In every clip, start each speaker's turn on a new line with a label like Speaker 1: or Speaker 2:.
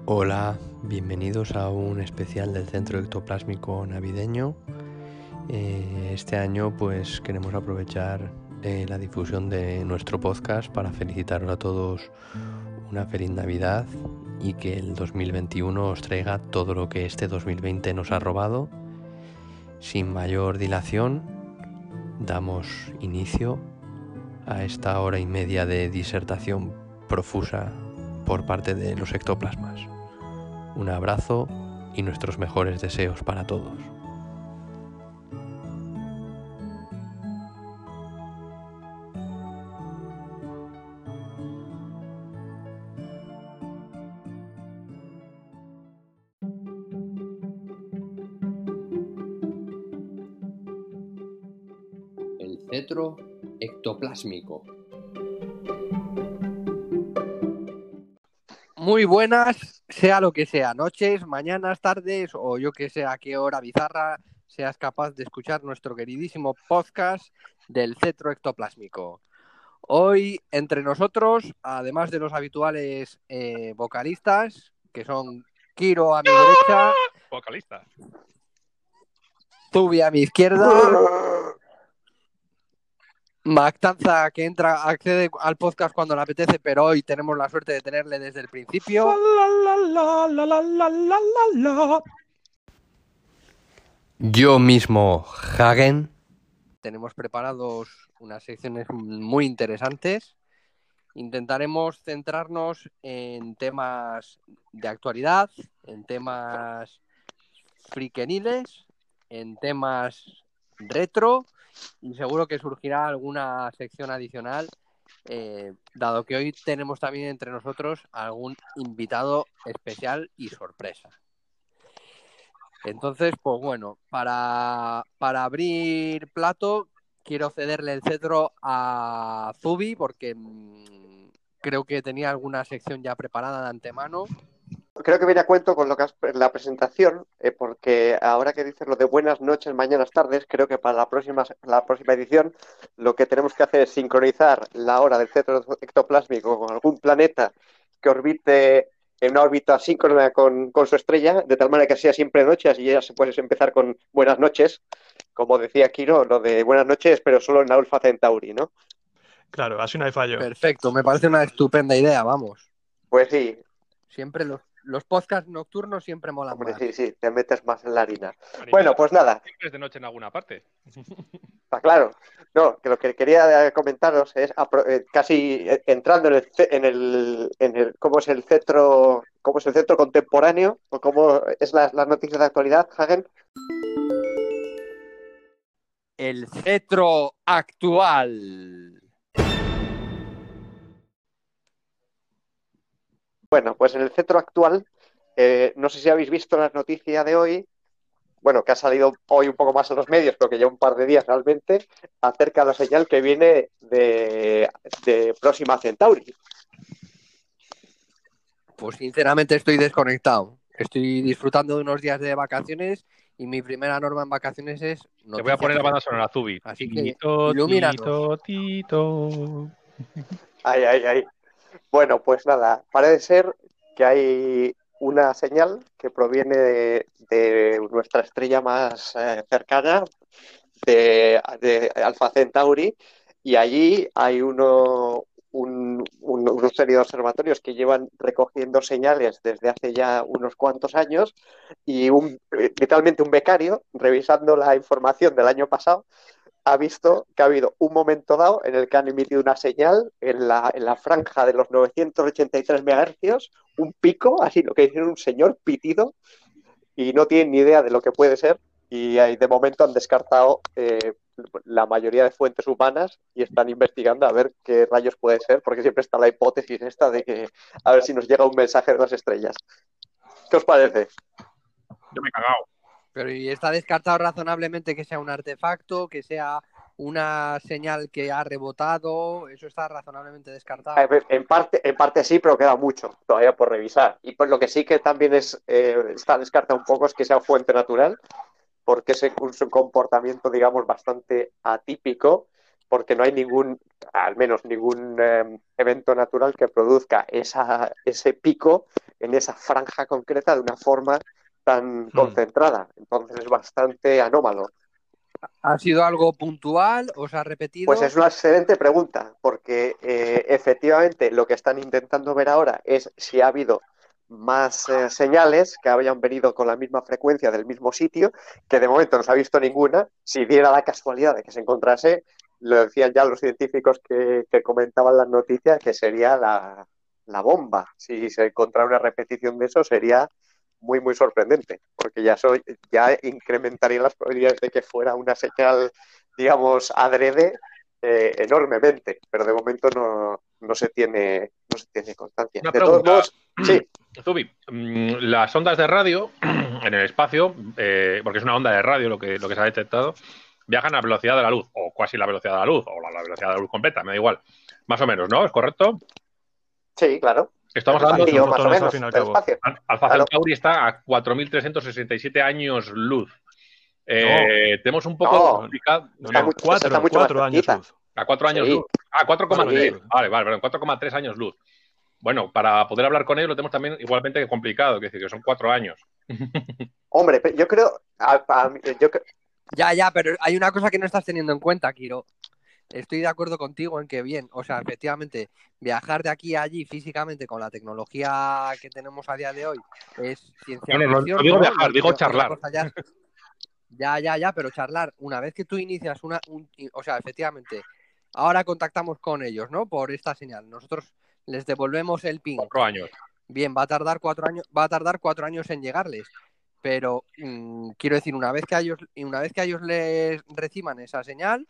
Speaker 1: Hola, bienvenidos a un especial del Centro Ectoplásmico Navideño. Este año pues queremos aprovechar la difusión de nuestro podcast para felicitaros a todos una feliz Navidad y que el 2021 os traiga todo lo que este 2020 nos ha robado. Sin mayor dilación, damos inicio a esta hora y media de disertación profusa por parte de los ectoplasmas. Un abrazo y nuestros mejores deseos para todos. El cetro ectoplásmico.
Speaker 2: Muy buenas, sea lo que sea, noches, mañanas, tardes o yo que sé a qué hora bizarra seas capaz de escuchar nuestro queridísimo podcast del cetro ectoplásmico. Hoy entre nosotros, además de los habituales vocalistas, que son Kiro a mi derecha,
Speaker 3: vocalista,
Speaker 2: Zubi a mi izquierda, Mactanza que accede al podcast cuando le apetece, pero hoy tenemos la suerte de tenerle desde el principio.
Speaker 1: Yo mismo, Hagen.
Speaker 2: Tenemos preparados unas secciones muy interesantes. Intentaremos centrarnos en temas de actualidad, en temas friqueniles, en temas retro y seguro que surgirá alguna sección adicional, dado que hoy tenemos también entre nosotros algún invitado especial y sorpresa. Entonces, pues bueno, para abrir plato, quiero cederle el cetro a Zubi porque creo que tenía alguna sección ya preparada de antemano.
Speaker 4: Creo que viene a cuento con lo que la presentación, porque ahora que dices lo de buenas noches, mañanas, tardes, creo que para la próxima edición lo que tenemos que hacer es sincronizar la hora del cetro ectoplásmico con algún planeta que orbite en una órbita asíncrona con su estrella, de tal manera que sea siempre noche, así ya se puede empezar con buenas noches, como decía Kiro, lo de buenas noches, pero solo en Alpha Centauri, ¿no?
Speaker 3: claro, así no hay fallo.
Speaker 2: Perfecto, me parece una estupenda idea, vamos.
Speaker 4: Pues sí.
Speaker 2: Siempre los podcasts nocturnos siempre molan.
Speaker 4: Hombre,
Speaker 2: más.
Speaker 4: Sí, te metes más en la harina. Bueno, pues nada.
Speaker 3: Siempre es de noche en alguna parte.
Speaker 4: Está claro. No, que lo que quería comentaros es casi entrando en el cómo es el centro contemporáneo o cómo es las noticias de actualidad, Hagen.
Speaker 2: El cetro actual.
Speaker 4: Bueno, pues en el centro actual, no sé si habéis visto la noticia de hoy, bueno, que ha salido hoy un poco más en los medios, pero que ya un par de días realmente, acerca de la señal que viene de Próxima Centauri.
Speaker 2: Pues sinceramente estoy desconectado. Estoy disfrutando de unos días de vacaciones y mi primera norma en vacaciones es noticias.
Speaker 3: Te voy a poner la banda sonora, Zubi.
Speaker 2: Así que ilumínanos.
Speaker 3: Tito.
Speaker 4: Ay. Bueno, pues nada, parece ser que hay una señal que proviene de nuestra estrella más cercana, de Alpha Centauri, y allí hay una serie de observatorios que llevan recogiendo señales desde hace ya unos cuantos años, y literalmente un becario, revisando la información del año pasado, ha visto que ha habido un momento dado en el que han emitido una señal en la franja de los 983 MHz, un pico, así lo que dice un señor pitido, y no tienen ni idea de lo que puede ser, y de momento han descartado la mayoría de fuentes humanas y están investigando a ver qué rayos puede ser, porque siempre está la hipótesis esta de que a ver si nos llega un mensaje de las estrellas. ¿Qué os parece?
Speaker 3: Yo me he cagado.
Speaker 2: Pero ¿y está descartado razonablemente que sea un artefacto, que sea una señal que ha rebotado? Eso está razonablemente descartado.
Speaker 4: En parte sí, pero queda mucho todavía por revisar. Y pues lo que sí que también está descartado un poco es que sea fuente natural, porque es un comportamiento, digamos, bastante atípico porque no hay al menos ningún evento natural que produzca ese pico en esa franja concreta de una forma tan concentrada. Entonces es bastante anómalo.
Speaker 2: ¿Ha sido algo puntual? ¿Os ha repetido?
Speaker 4: Pues es una excelente pregunta, porque efectivamente lo que están intentando ver ahora es si ha habido más señales que hayan venido con la misma frecuencia del mismo sitio, que de momento no se ha visto ninguna. Si diera la casualidad de que se encontrase, lo decían ya los científicos que comentaban las noticias, que sería la bomba. Si se encontrara una repetición de eso, sería muy, muy sorprendente, porque ya incrementaría las probabilidades de que fuera una señal, digamos, adrede enormemente, pero de momento no se tiene constancia.
Speaker 3: Una
Speaker 4: De todos
Speaker 3: pregunta,
Speaker 4: modos, sí,
Speaker 3: Zubi, las ondas de radio en el espacio, porque es una onda de radio lo que se ha detectado, viajan a la velocidad de la luz, o casi la velocidad de la luz, o la velocidad de la luz completa, me da igual. Más o menos, ¿no? ¿Es correcto?
Speaker 4: sí, claro.
Speaker 3: Estamos
Speaker 4: El
Speaker 3: hablando de
Speaker 4: vacío, más o
Speaker 5: fotones, al
Speaker 4: menos,
Speaker 5: fin y al
Speaker 4: del
Speaker 5: cabo.
Speaker 4: espacio.
Speaker 3: Alfa
Speaker 4: Claro.
Speaker 3: Centauri está a 4.367 años luz. Tenemos un poco
Speaker 4: No,
Speaker 3: complicado.
Speaker 4: está mucho más
Speaker 5: 4 años
Speaker 4: cerquita.
Speaker 5: luz.
Speaker 3: A 4 años
Speaker 4: Sí.
Speaker 3: luz. Ah, 4,3.
Speaker 4: Sí.
Speaker 3: Vale, perdón, 4,3 años luz. Bueno, para poder hablar con ellos lo tenemos también igualmente complicado, es decir, que son 4 años.
Speaker 4: Hombre, yo creo,
Speaker 2: Ya, pero hay una cosa que no estás teniendo en cuenta, Kiro. Estoy de acuerdo contigo en que bien, o sea, efectivamente, viajar de aquí a allí físicamente con la tecnología que tenemos a día de hoy es ciencia
Speaker 3: No
Speaker 2: ficción,
Speaker 3: digo
Speaker 2: ¿no?
Speaker 3: viajar, digo
Speaker 2: Otra
Speaker 3: charlar.
Speaker 2: cosa ya, pero charlar, una vez que tú inicias o sea, efectivamente, ahora contactamos con ellos, ¿no? Por esta señal. Nosotros les devolvemos el ping.
Speaker 3: 4 años.
Speaker 2: Bien, va a tardar 4 años en llegarles. Pero quiero decir, una vez que a ellos les reciban esa señal,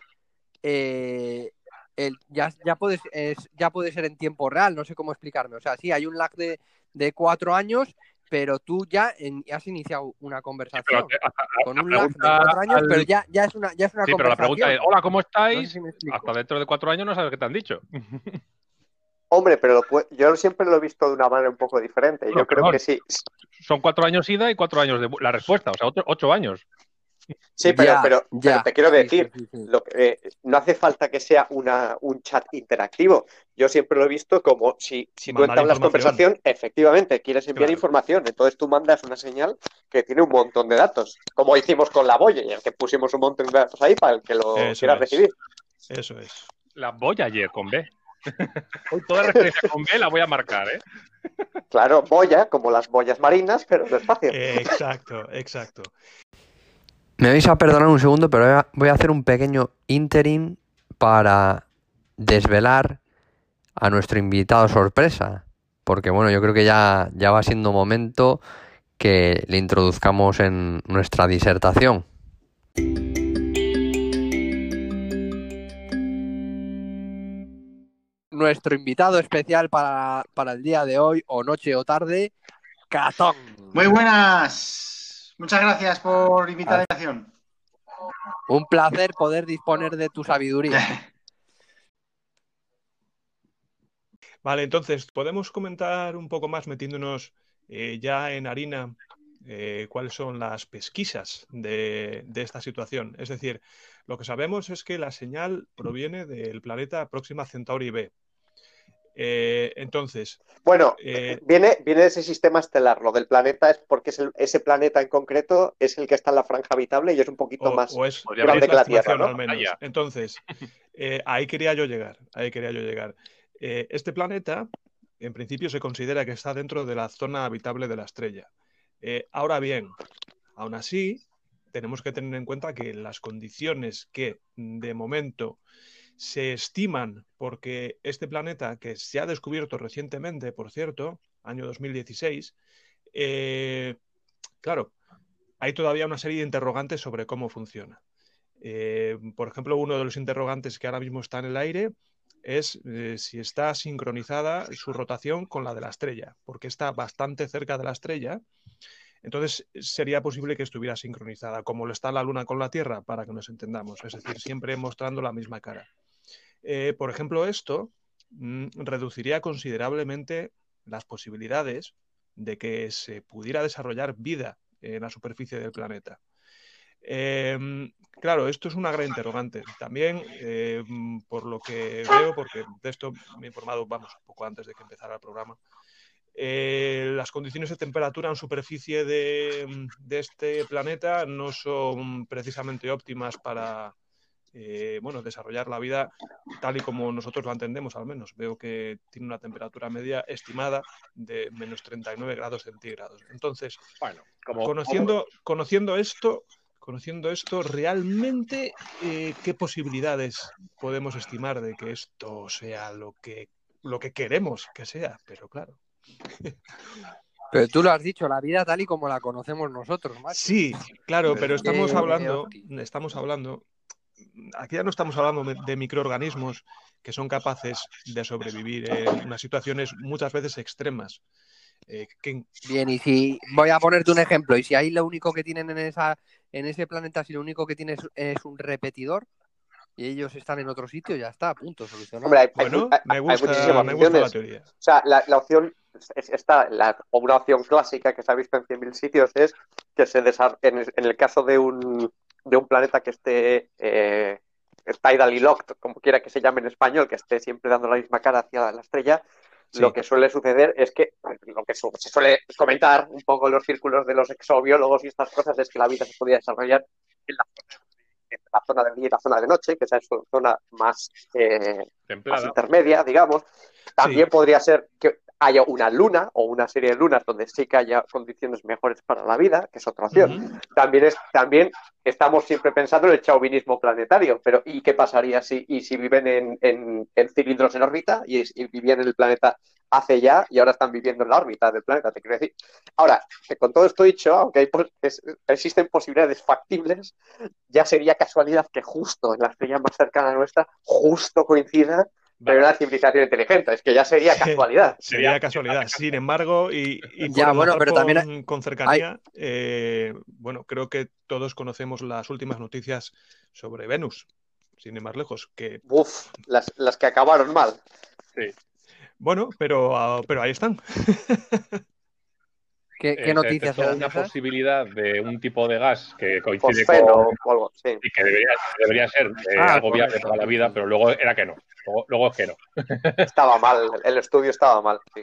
Speaker 2: ya puede ser en tiempo real, no sé cómo explicarme. O sea, sí, hay un lag de 4 años, pero tú ya has iniciado una conversación con un lag de 4 años, pero ya es una
Speaker 3: Sí,
Speaker 2: conversación.
Speaker 3: pero la pregunta es, hola, ¿cómo
Speaker 2: No sé
Speaker 3: estáis?
Speaker 2: si me explico.
Speaker 3: Hasta dentro de 4 años no sabes qué te han dicho.
Speaker 4: hombre, pero yo siempre lo he visto de una manera un poco diferente.
Speaker 3: Bueno,
Speaker 4: Yo creo
Speaker 3: perdón.
Speaker 4: que sí.
Speaker 3: Son 4 años ida y 4 años de la respuesta, o sea, 8 años.
Speaker 4: Sí, pero te quiero decir,
Speaker 2: sí.
Speaker 4: no hace falta que sea un chat interactivo. Yo sisiempre lo he visto como si tú
Speaker 5: Mandar
Speaker 4: entablas
Speaker 5: información.
Speaker 4: conversación, efectivamente, quieres enviar
Speaker 5: Claro.
Speaker 4: información. Entonces tú mandas una señal que tiene un montón de datos, como hicimos con la Voyager, que pusimos un montón de datos ahí para el que lo
Speaker 5: Eso
Speaker 4: quiera
Speaker 5: es.
Speaker 4: recibir.
Speaker 5: Eso es.
Speaker 3: La Voyager con B. Hoy toda referencia con B la voy a marcar, ¿eh?
Speaker 4: Claro, boya, como las boyas marinas, pero en el espacio.
Speaker 5: Exacto.
Speaker 1: Me vais a perdonar un segundo, pero voy a hacer un pequeño interim para desvelar a nuestro invitado sorpresa. Porque bueno, yo creo que ya va siendo momento que le introduzcamos en nuestra disertación.
Speaker 2: Nuestro invitado especial para el día de hoy, o noche o tarde, Catón.
Speaker 6: Muy buenas. Muchas gracias por invitación.
Speaker 2: Un placer poder disponer de tu sabiduría.
Speaker 5: Vale, entonces, ¿podemos comentar un poco más metiéndonos ya en harina cuáles son las pesquisas de esta situación? Es decir, lo que sabemos es que la señal proviene del planeta Próxima Centauri B. Entonces...
Speaker 4: Bueno, viene de ese sistema estelar. Lo del planeta es porque ese planeta en concreto es el que está en la franja habitable y es un poquito más grande que la Tierra, ¿no?
Speaker 5: Al menos. Entonces, ahí quería yo llegar. Este planeta, en principio, se considera que está dentro de la zona habitable de la estrella. Ahora bien, aún así, tenemos que tener en cuenta que las condiciones que de momento se estiman, porque este planeta, que se ha descubierto recientemente, por cierto, año 2016, claro, hay todavía una serie de interrogantes sobre cómo funciona. Por ejemplo, uno de los interrogantes que ahora mismo está en el aire es si está sincronizada su rotación con la de la estrella, porque está bastante cerca de la estrella. Entonces sería posible que estuviera sincronizada, como lo está la Luna con la Tierra, para que nos entendamos, es decir, siempre mostrando la misma cara. Por ejemplo, esto reduciría considerablemente las posibilidades de que se pudiera desarrollar vida en la superficie del planeta. claro, esto es una gran interrogante. También, por lo que veo, porque de esto me he informado, vamos, un poco antes de que empezara el programa, las condiciones de temperatura en superficie de este planeta no son precisamente óptimas para desarrollar la vida tal y como nosotros la entendemos, al menos. Veo que tiene una temperatura media estimada de menos 39 grados centígrados. Entonces,
Speaker 3: Bueno,
Speaker 5: conociendo esto, realmente, ¿qué posibilidades podemos estimar de que esto sea lo que queremos que sea? Pero claro.
Speaker 2: Pero tú lo has dicho, la vida tal y como la conocemos nosotros, macho.
Speaker 5: Sí, claro, pero estamos hablando,
Speaker 2: Hostia.
Speaker 5: aquí ya no estamos hablando de microorganismos que son capaces de sobrevivir en unas situaciones muchas veces extremas.
Speaker 2: Bien, y si voy a ponerte un ejemplo, y si ahí lo único que tienen en ese planeta, si lo único que tienes es un repetidor y ellos están en otro sitio, ya está, punto, solucionado.
Speaker 4: Hombre,
Speaker 5: Bueno, me
Speaker 4: hay
Speaker 5: gusta
Speaker 4: muchísimas
Speaker 5: la
Speaker 4: opciones.
Speaker 5: teoría.
Speaker 4: O sea, la opción o una opción clásica que se ha visto en 100.000 sitios es que en el caso de un planeta que esté tidally locked, como quiera que se llame en español, que esté siempre dando la misma cara hacia la estrella,
Speaker 5: Sí.
Speaker 4: lo que suele suceder es que lo que se suele comentar un poco en los círculos de los exobiólogos y estas cosas es que la vida se podría desarrollar en la zona de día y la zona de noche, que esa es una zona más intermedia, digamos. También podría ser que haya una luna o una serie de lunas donde sí que haya condiciones mejores para la vida, que es otra opción. También estamos siempre pensando en el chauvinismo planetario, pero ¿y qué pasaría si viven en cilindros en órbita y vivían en el planeta hace ya y ahora están viviendo en la órbita del planeta? Te quiero decir. Ahora, que con todo esto dicho, aunque existen posibilidades factibles, ya sería casualidad que justo en la estrella más cercana a nuestra, justo coincida pero una civilización inteligente. Es que ya sería casualidad.
Speaker 5: Sería casualidad. Sin embargo, y
Speaker 2: ya,
Speaker 5: por
Speaker 2: pero también
Speaker 5: con cercanía, creo que todos conocemos las últimas noticias sobre Venus, sin ir más lejos.
Speaker 4: Las que acabaron mal.
Speaker 3: Sí.
Speaker 5: Bueno, pero ahí están.
Speaker 2: ¿Qué noticias eran
Speaker 3: una
Speaker 2: esas?
Speaker 3: posibilidad de un tipo de gas que coincide
Speaker 4: Fosfeno, o algo, sí.
Speaker 3: y que debería ser algo viable para la vida, pero luego era que no. Luego es que no.
Speaker 4: Estaba mal, el estudio estaba mal, sí.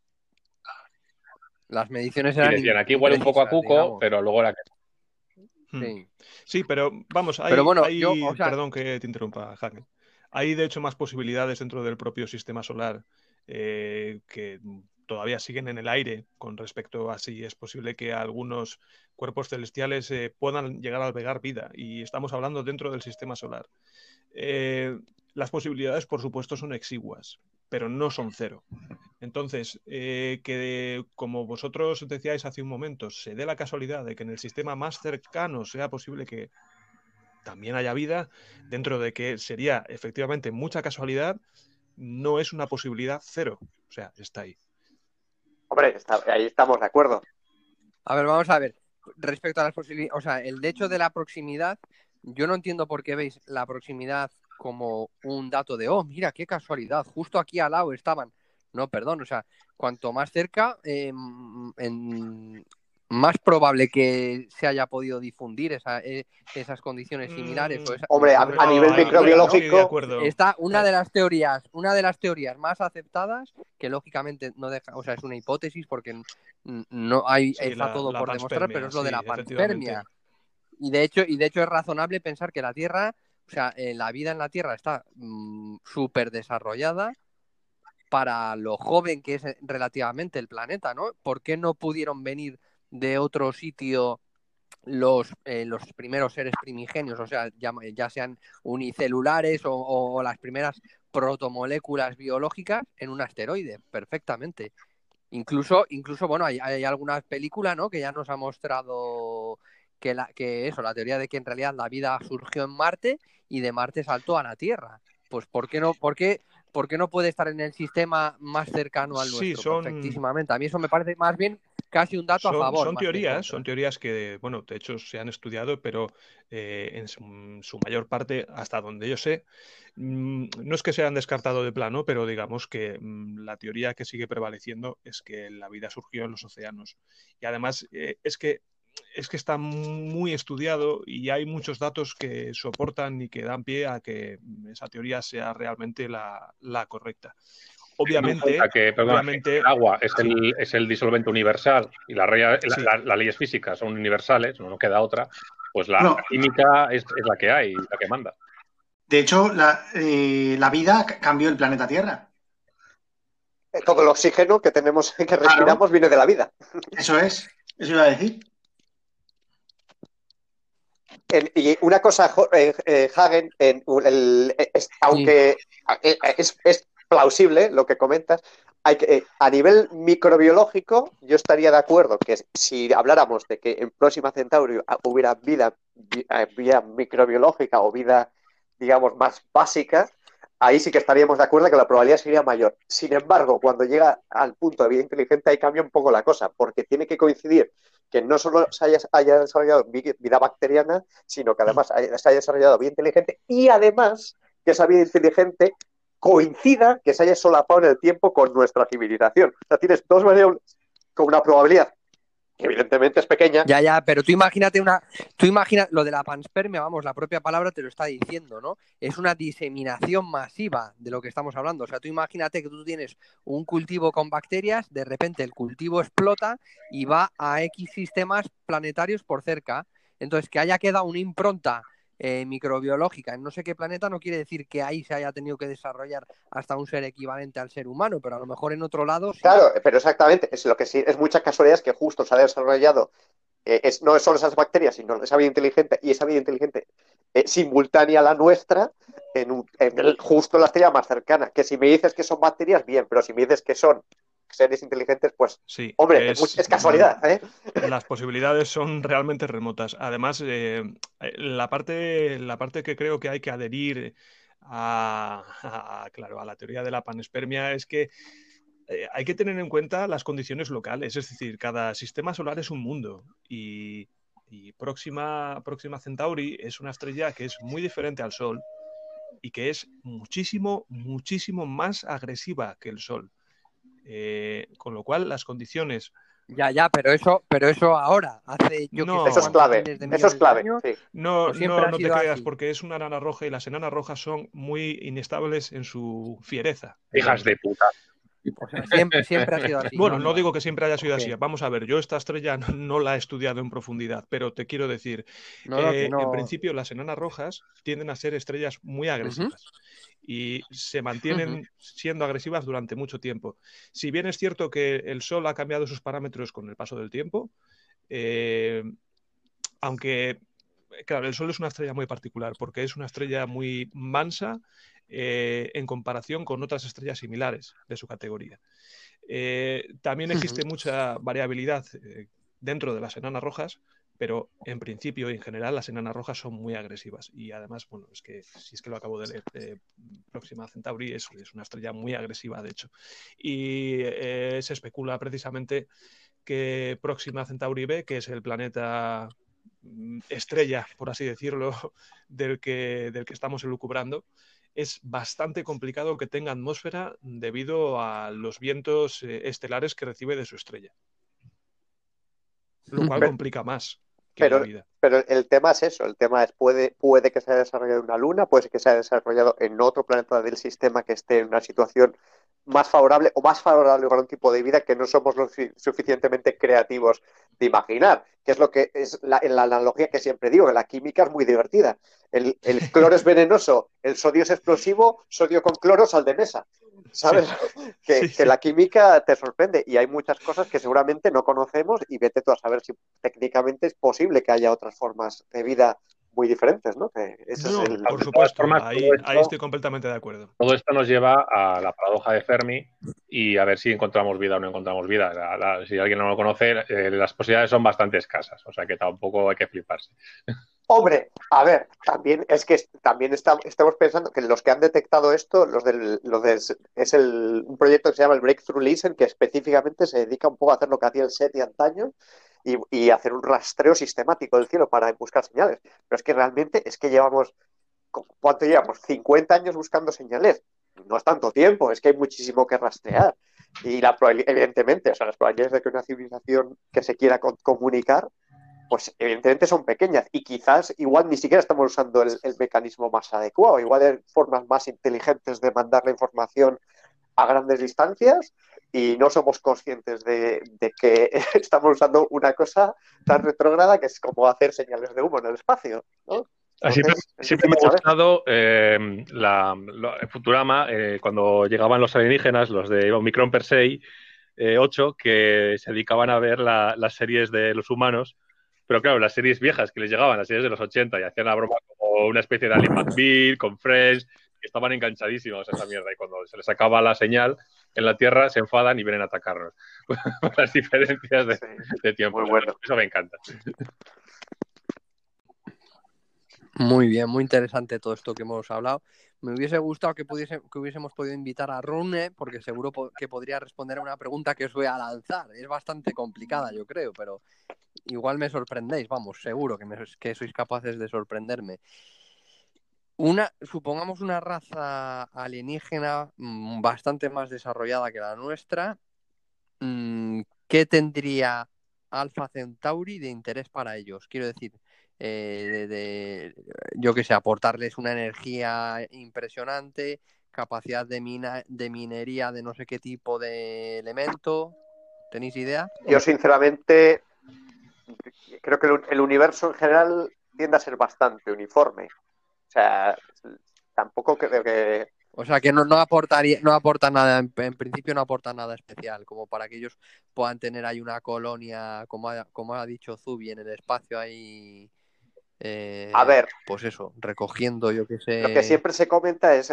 Speaker 2: Las mediciones eran.
Speaker 3: Y decían, aquí huele un poco a cuco, digamos. Pero luego era que
Speaker 5: Sí, pero vamos, perdón que te interrumpa, Jaque. Hay de hecho más posibilidades dentro del propio sistema solar que todavía siguen en el aire con respecto a si es posible que algunos cuerpos celestiales puedan llegar a albergar vida, y estamos hablando dentro del sistema solar. Las posibilidades, por supuesto, son exiguas, pero no son cero. Entonces, que como vosotros decíais hace un momento, se dé la casualidad de que en el sistema más cercano sea posible que también haya vida, dentro de que sería efectivamente mucha casualidad, no es una posibilidad cero. O sea, está ahí.
Speaker 4: Hombre, ahí estamos de acuerdo.
Speaker 2: A ver, vamos a ver. Respecto a las posibilidades, o sea, el hecho de la proximidad, yo no entiendo por qué veis la proximidad como un dato de, oh, mira, qué casualidad, justo aquí al lado estaban. No, perdón, o sea, cuanto más cerca, más probable que se haya podido difundir esas condiciones similares.
Speaker 4: Hombre, a nivel microbiológico,
Speaker 2: está una de las teorías más aceptadas, que lógicamente no deja, o sea, es una hipótesis porque no hay, está todo por demostrar, pero es lo de la panspermia. Y de hecho es razonable pensar que la Tierra, o sea, la vida en la Tierra está súper desarrollada para lo joven que es relativamente el planeta, ¿no? ¿Por qué no pudieron venir de otro sitio los primeros seres primigenios, o sea, ya sean unicelulares o las primeras protomoléculas biológicas en un asteroide? Perfectamente. Incluso bueno, hay algunas películas, ¿no?, que ya nos ha mostrado que la teoría de que en realidad la vida surgió en Marte y de Marte saltó a la Tierra. Pues ¿por qué no puede estar en el sistema más cercano al nuestro? Perfectísimamente. A mí eso me parece más bien casi un dato a favor.
Speaker 5: Son teorías que, bueno, de hecho se han estudiado, pero en su mayor parte, hasta donde yo sé, no es que se hayan descartado de plano, pero digamos que la teoría que sigue prevaleciendo es que la vida surgió en los océanos. Y además es que es que está muy estudiado y hay muchos datos que soportan y que dan pie a que esa teoría sea realmente la correcta. Obviamente,
Speaker 3: el agua es el disolvente universal y las leyes físicas son universales, no nos queda otra, pues la química es la que hay, la que manda.
Speaker 6: De hecho, la vida cambió el planeta Tierra.
Speaker 4: Todo el oxígeno que tenemos, que respiramos, viene de la vida.
Speaker 6: Eso iba a decir.
Speaker 4: Y una cosa, Hagen, aunque es plausible lo que comentas, a nivel microbiológico yo estaría de acuerdo que si habláramos de que en Próxima Centauri hubiera vida microbiológica o vida, digamos, más básica, ahí sí que estaríamos de acuerdo que la probabilidad sería mayor. Sin embargo, cuando llega al punto de vida inteligente, ahí cambia un poco la cosa, porque tiene que coincidir que no solo se haya desarrollado vida bacteriana, sino que además se haya desarrollado vida inteligente y además que esa vida inteligente coincida, que se haya solapado en el tiempo con nuestra civilización. O sea, tienes dos variables con una probabilidad que evidentemente es pequeña.
Speaker 2: Ya, pero tú imaginas lo de la panspermia, vamos, la propia palabra te lo está diciendo, ¿no? Es una diseminación masiva de lo que estamos hablando. O sea, tú imagínate que tú tienes un cultivo con bacterias, de repente el cultivo explota y va a X sistemas planetarios por cerca. Entonces, que haya quedado una impronta microbiológica en no sé qué planeta no quiere decir que ahí se haya tenido que desarrollar hasta un ser equivalente al ser humano, pero a lo mejor en otro lado sí.
Speaker 4: Claro, pero exactamente, es lo que sí, es mucha casualidad que justo se ha desarrollado, no es solo esas bacterias, sino esa vida inteligente, y esa vida inteligente simultánea a la nuestra, justo en la estrella más cercana. Que si me dices que son bacterias, bien, pero si me dices que son seres inteligentes, pues,
Speaker 5: sí,
Speaker 4: hombre, es casualidad, ¿eh?
Speaker 5: Las posibilidades son realmente remotas. Además, la parte que creo que hay que adherir claro, a la teoría de la panspermia es que hay que tener en cuenta las condiciones locales. Es decir, cada sistema solar es un mundo y Próxima Centauri es una estrella que es muy diferente al Sol y que es muchísimo, muchísimo más agresiva que el Sol. Con lo cual, las condiciones...
Speaker 2: Ya, pero eso ahora, hace yo
Speaker 5: no,
Speaker 2: que sé
Speaker 4: eso es clave,
Speaker 2: eso es clave.
Speaker 4: Sí.
Speaker 5: No te creas,
Speaker 2: así.
Speaker 5: porque es una enana roja y las enanas rojas son muy inestables en su fiereza.
Speaker 3: Hijas de puta.
Speaker 2: O sea, siempre ha sido así.
Speaker 5: Bueno, no digo que siempre haya sido
Speaker 2: Okay.
Speaker 5: así. Vamos a ver, yo esta estrella no la he estudiado en profundidad, pero te quiero decir, en principio las enanas rojas tienden a ser estrellas muy agresivas. Y se mantienen siendo agresivas durante mucho tiempo. Si bien es cierto que el Sol ha cambiado sus parámetros con el paso del tiempo, aunque, claro, el Sol es una estrella muy particular porque es una estrella muy mansa en comparación con otras estrellas similares de su categoría. También existe mucha variabilidad dentro de las enanas rojas, pero en principio y en general las enanas rojas son muy agresivas y además, bueno, es que si es que lo acabo de leer, Próxima Centauri es una estrella muy agresiva, de hecho, y se especula precisamente que Próxima Centauri B, que es el planeta estrella, por así decirlo, del que estamos elucubrando, es bastante complicado que tenga atmósfera debido a los vientos estelares que recibe de su estrella, lo cual complica más que la vida.
Speaker 4: Pero el tema es eso, el tema es puede que se haya desarrollado en una luna, puede que se haya desarrollado en otro planeta del sistema que esté en una situación más favorable o más favorable para un tipo de vida que no somos lo suficientemente creativos de imaginar, que es lo que es la analogía que siempre digo, que la química es muy divertida. El cloro es venenoso, el sodio es explosivo, sodio con cloro, sal de mesa. ¿Sabes? Sí. Que la química te sorprende y hay muchas cosas que seguramente no conocemos y vete tú a saber si técnicamente es posible que haya otras formas de vida muy diferentes, ¿no?
Speaker 5: Por supuesto, ahí estoy completamente de acuerdo.
Speaker 3: Todo esto nos lleva a la paradoja de Fermi y a ver si encontramos vida o no encontramos vida. Si alguien no lo conoce, las posibilidades son bastante escasas, o sea que tampoco hay que fliparse.
Speaker 4: Hombre, a ver, también estamos pensando que los que han detectado esto, un proyecto que se llama el Breakthrough Listen, que específicamente se dedica un poco a hacer lo que hacía el SETI antaño y hacer un rastreo sistemático del cielo para buscar señales. Pero es que realmente llevamos, ¿cuánto llevamos? 50 años buscando señales. No es tanto tiempo, es que hay muchísimo que rastrear. Y evidentemente, o sea, las probabilidades de que una civilización que se quiera comunicar pues evidentemente son pequeñas y quizás igual ni siquiera estamos usando el mecanismo más adecuado. Igual hay formas más inteligentes de mandar la información a grandes distancias y no somos conscientes de que estamos usando una cosa tan retrógrada que es como hacer señales de humo en el espacio, ¿no?
Speaker 3: Siempre me ha gustado Futurama, cuando llegaban los alienígenas, los de Omicron Persei 8, que se dedicaban a ver las series de los humanos, pero claro, las series viejas que les llegaban, las series de los 80, y hacían la broma como una especie de Ali McBeal con Friends, que estaban enganchadísimos a esa mierda, y cuando se les acaba la señal en la Tierra se enfadan y vienen a atacarnos. Las diferencias de tiempo.
Speaker 4: Muy bueno.
Speaker 3: Eso me encanta.
Speaker 2: Muy bien, muy interesante todo esto que hemos hablado. Me hubiese gustado que hubiésemos podido invitar a Rune, porque seguro que podría responder a una pregunta que os voy a lanzar. Es bastante complicada, yo creo, pero igual me sorprendéis, vamos, seguro que sois capaces de sorprenderme. Supongamos una raza alienígena bastante más desarrollada que la nuestra, ¿qué tendría Alpha Centauri de interés para ellos? Quiero decir, yo que sé, aportarles una energía impresionante, capacidad de minería de no sé qué tipo de elemento. ¿Tenéis idea?
Speaker 4: Yo sinceramente creo que el universo en general tiende a ser bastante uniforme. O sea, tampoco creo que...
Speaker 2: O sea, que no aporta nada, en principio no aporta nada especial, como para que ellos puedan tener ahí una colonia, como ha dicho Zubi, en el espacio ahí,
Speaker 4: A ver,
Speaker 2: pues eso, recogiendo, yo qué sé...
Speaker 4: Lo que siempre se comenta es,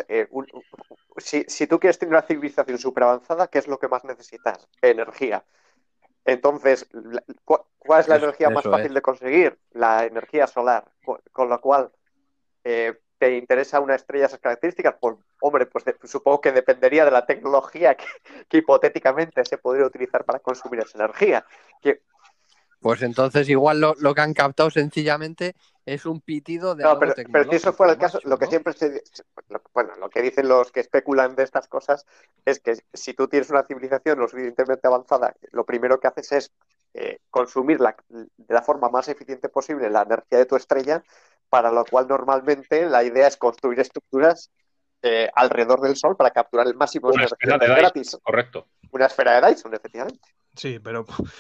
Speaker 4: si tú quieres tener una civilización súper avanzada, ¿qué es lo que más necesitas? Energía. Entonces, ¿cuál es la energía más fácil de conseguir? La energía solar. Con lo cual, ¿te interesa una estrella de esas características? Pues, hombre, pues supongo que dependería de la tecnología que hipotéticamente se podría utilizar para consumir esa energía.
Speaker 2: Pues entonces igual lo que han captado sencillamente es un pitido de algo tecnológico.
Speaker 4: Pero si eso fuera el caso,
Speaker 2: macho,
Speaker 4: lo que
Speaker 2: ¿no?
Speaker 4: siempre lo que dicen los que especulan de estas cosas es que si tú tienes una civilización lo suficientemente avanzada, lo primero que haces es consumir de la forma más eficiente posible la energía de tu estrella, para lo cual normalmente la idea es construir estructuras alrededor del Sol para capturar el máximo de energía gratis.
Speaker 3: Correcto.
Speaker 4: Una esfera de Dyson, efectivamente.
Speaker 5: Sí, pero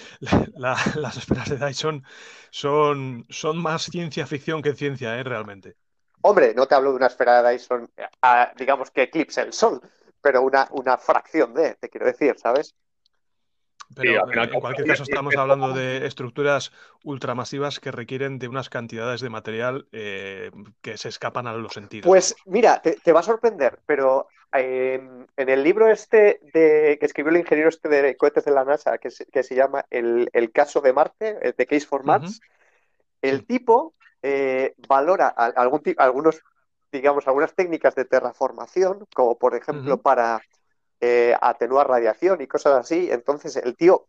Speaker 5: las esferas de Dyson son más ciencia ficción que ciencia, realmente.
Speaker 4: Hombre, no te hablo de una esfera de Dyson, digamos, que eclipse el Sol, pero una fracción te quiero decir, ¿sabes?
Speaker 5: Pero en cualquier caso estamos hablando de estructuras ultramasivas que requieren de unas cantidades de material que se escapan a los sentidos.
Speaker 4: Pues mira, te va a sorprender, pero en el libro que escribió el ingeniero de cohetes de la NASA, que se llama el caso de Marte, The Case for Mars, el tipo valora algunas técnicas de terraformación, como por ejemplo para atenuar radiación y cosas así. Entonces el tío,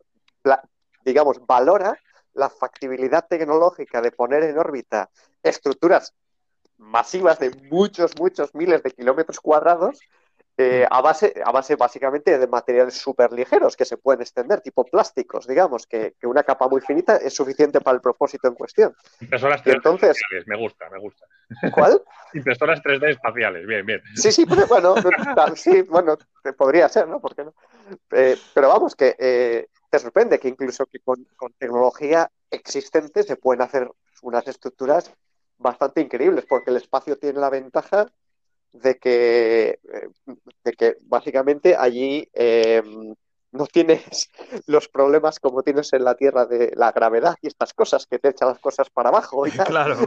Speaker 4: valora la factibilidad tecnológica de poner en órbita estructuras masivas de muchos miles de kilómetros cuadrados a base básicamente de materiales súper ligeros que se pueden extender, tipo plásticos, digamos, que una capa muy finita es suficiente para el propósito en cuestión.
Speaker 3: Impresoras 3D espaciales, me gusta.
Speaker 4: ¿Cuál?
Speaker 3: Impresoras 3D espaciales, bien.
Speaker 4: Sí, pues, bueno, podría ser, ¿no? ¿Por qué no? Pero vamos, que te sorprende que incluso que con tecnología existente se pueden hacer unas estructuras bastante increíbles, porque el espacio tiene la ventaja de que básicamente allí no tienes los problemas como tienes en la Tierra de la gravedad y estas cosas, que te echan las cosas para abajo y tal.
Speaker 5: Claro.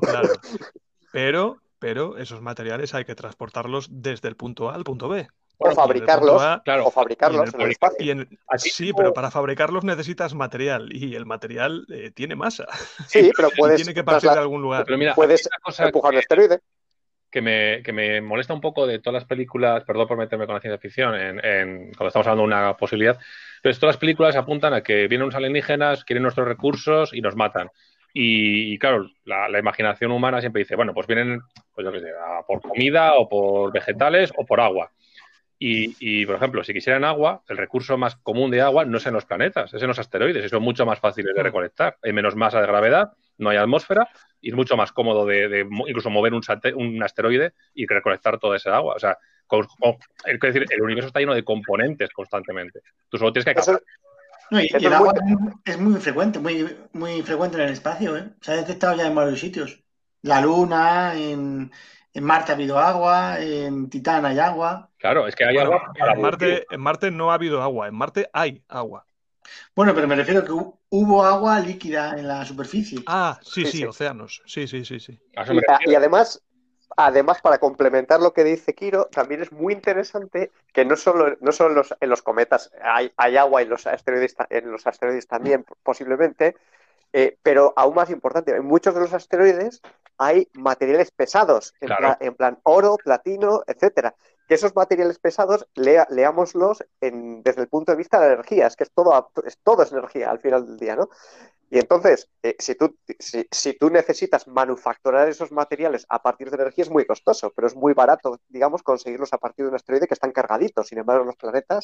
Speaker 5: Pero esos materiales hay que transportarlos desde el punto A al punto B.
Speaker 4: O fabricarlos en el espacio.
Speaker 5: Sí, pero para fabricarlos necesitas material y el material tiene masa.
Speaker 4: Sí, pero
Speaker 5: tiene que partir de algún lugar.
Speaker 3: Pero mira,
Speaker 4: puedes empujar un asteroide.
Speaker 3: Que me molesta un poco de todas las películas, perdón por meterme con la ciencia ficción, cuando estamos hablando de una posibilidad, pero todas las películas apuntan a que vienen unos alienígenas, quieren nuestros recursos y nos matan. Y claro, la imaginación humana siempre dice, bueno, pues vienen, pues yo qué sé, por comida o por vegetales o por agua. Y, por ejemplo, si quisieran agua, el recurso más común de agua no es en los planetas, es en los asteroides, y son mucho más fáciles de recolectar. Hay menos masa de gravedad no hay atmósfera y es mucho más cómodo de incluso mover un asteroide y recolectar toda esa agua. O sea, es decir, el universo está lleno de componentes constantemente. Tú solo tienes que captar.
Speaker 6: No, y el agua es muy frecuente, muy frecuente en el espacio, ¿eh? Se ha detectado ya en varios sitios. La Luna, en Marte ha habido agua, en Titán hay agua.
Speaker 3: Claro, es que hay agua para
Speaker 5: en Marte no ha habido agua, en Marte hay agua.
Speaker 6: Bueno, pero me refiero que hubo agua líquida en la superficie.
Speaker 5: Sí, océanos. Sí.
Speaker 4: Y además, para complementar lo que dice Kiro, también es muy interesante que no solo en los cometas hay agua, en los asteroides también posiblemente, pero aún más importante, en muchos de los asteroides hay materiales pesados, en plan oro, platino, etcétera. Que esos materiales pesados, leámoslos desde el punto de vista de la energía, es que todo es energía al final del día, ¿no? Y entonces, si tú necesitas manufacturar esos materiales a partir de energía, es muy costoso, pero es muy barato, digamos, conseguirlos a partir de un asteroide que están cargaditos. Sin embargo, en los planetas,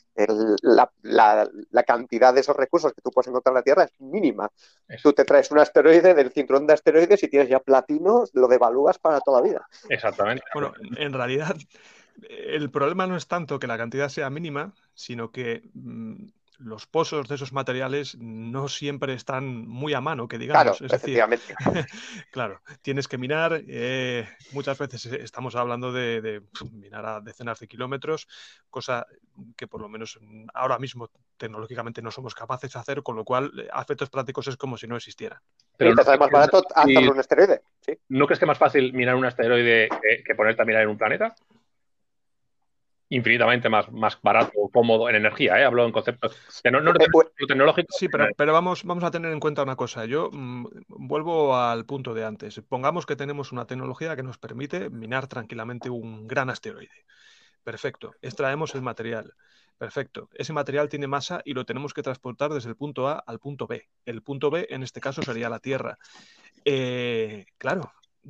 Speaker 4: la cantidad de esos recursos que tú puedes encontrar en la Tierra es mínima. Tú te traes un asteroide del cinturón de asteroides y tienes ya platino, lo devalúas para toda la vida.
Speaker 3: Exactamente.
Speaker 5: Bueno, en realidad, el problema no es tanto que la cantidad sea mínima, sino que los pozos de esos materiales no siempre están muy a mano, que digamos.
Speaker 4: Claro,
Speaker 5: es
Speaker 4: efectivamente.
Speaker 5: Decir, claro, tienes que minar. Muchas veces estamos hablando de minar a decenas de kilómetros, cosa que por lo menos ahora mismo tecnológicamente no somos capaces de hacer, con lo cual a efectos prácticos es como si no existiera.
Speaker 4: Pero te sale más barato hacerlo un asteroide. ¿Sí?
Speaker 3: ¿No crees que es más fácil minar un asteroide que ponerte a minar en un planeta? Infinitamente más barato, cómodo en energía, hablo en conceptos tecnológicos.
Speaker 5: Sí, pero vamos a tener en cuenta una cosa. Yo vuelvo al punto de antes. Pongamos que tenemos una tecnología que nos permite minar tranquilamente un gran asteroide. Perfecto. Extraemos el material. Perfecto. Ese material tiene masa y lo tenemos que transportar desde el punto A al punto B. El punto B, en este caso, sería la Tierra. Claro,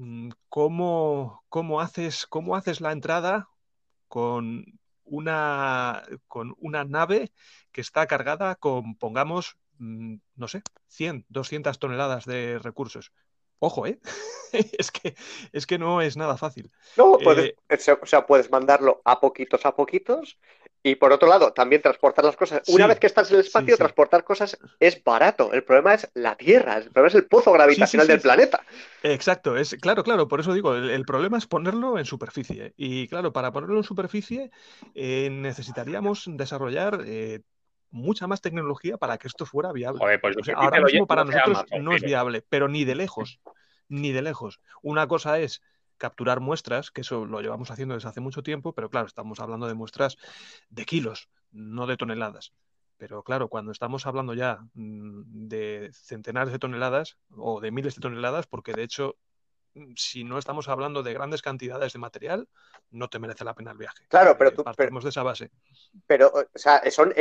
Speaker 5: ¿cómo haces la entrada con una nave que está cargada con, pongamos, no sé, 100, 200 toneladas de recursos? Ojo, es que no es nada fácil.
Speaker 4: No, puedes mandarlo a poquitos y por otro lado, también transportar las cosas. Una vez que estás en el espacio, transportar cosas es barato. El problema es la Tierra, el problema es el pozo gravitacional del planeta.
Speaker 5: Exacto, claro, por eso digo, el problema es ponerlo en superficie. Y claro, para ponerlo en superficie necesitaríamos desarrollar mucha más tecnología para que esto fuera viable.
Speaker 3: Joder, pues
Speaker 5: ahora mismo para nosotros no es viable, pero ni de lejos. Una cosa es capturar muestras, que eso lo llevamos haciendo desde hace mucho tiempo, pero claro, estamos hablando de muestras de kilos, no de toneladas. Pero claro, cuando estamos hablando ya de centenares de toneladas o de miles de toneladas, porque de hecho, si no estamos hablando de grandes cantidades de material, no te merece la pena el viaje.
Speaker 4: Claro, pero
Speaker 5: partimos de esa base.
Speaker 4: Pero, o sea,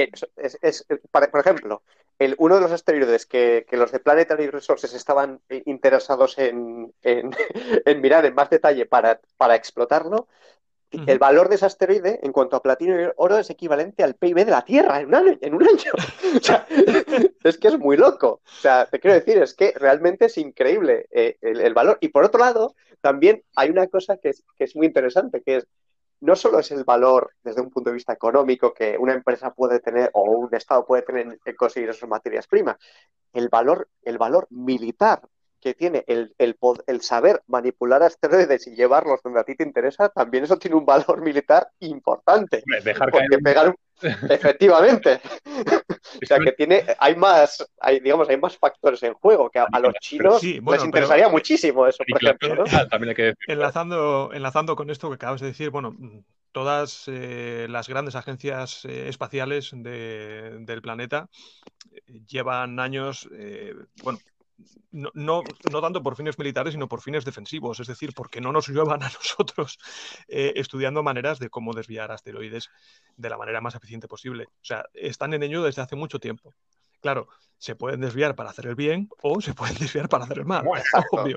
Speaker 4: por ejemplo, uno de los asteroides que los de Planetary Resources estaban interesados en mirar en más detalle para explotarlo, el valor de ese asteroide en cuanto a platino y oro es equivalente al PIB de la Tierra en un año. O sea, es que es muy loco. O sea, te quiero decir, es que realmente es increíble el valor. Y por otro lado, también hay una cosa que es muy interesante, que es no solo es el valor desde un punto de vista económico que una empresa puede tener o un Estado puede tener en conseguir esas materias primas, el valor militar que tiene el saber manipular asteroides y llevarlos donde a ti te interesa, también eso tiene un valor militar importante. Efectivamente. O sea, que hay más factores en juego, que a los chinos les interesaría muchísimo eso, por ejemplo, ¿no?
Speaker 3: También hay que decir.
Speaker 5: Enlazando con esto que acabas de decir, bueno, todas las grandes agencias espaciales del planeta llevan años, no tanto por fines militares, sino por fines defensivos, es decir, porque no nos llevan a nosotros estudiando maneras de cómo desviar asteroides de la manera más eficiente posible. O sea, están en ello desde hace mucho tiempo. Claro, se pueden desviar para hacer el bien o se pueden desviar para hacer el mal, obvio.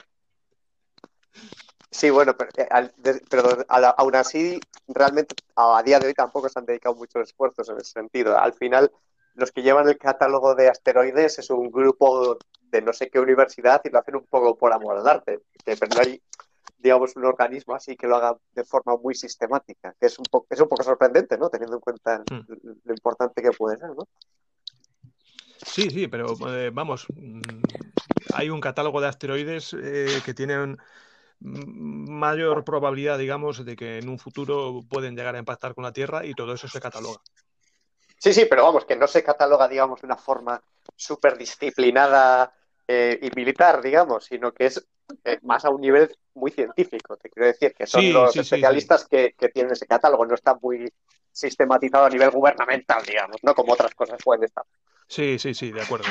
Speaker 4: Sí, bueno, pero aún así, realmente a día de hoy tampoco se han dedicado muchos esfuerzos en ese sentido. Al final, los que llevan el catálogo de asteroides es un grupo de no sé qué universidad y lo hacen un poco por amor al arte, pero no hay, digamos, un organismo así que lo haga de forma muy sistemática, que es un poco sorprendente, ¿no? Teniendo en cuenta lo importante que puede ser, ¿no?
Speaker 5: Sí, pero vamos, hay un catálogo de asteroides que tienen mayor probabilidad, digamos, de que en un futuro pueden llegar a impactar con la Tierra y todo eso se cataloga.
Speaker 4: Sí, pero vamos, que no se cataloga, digamos, de una forma súper disciplinada y militar, digamos, sino que es más a un nivel muy científico. Te quiero decir que son los especialistas que tienen ese catálogo, no está muy sistematizado a nivel gubernamental, digamos, no como otras cosas pueden estar.
Speaker 5: Sí, de acuerdo.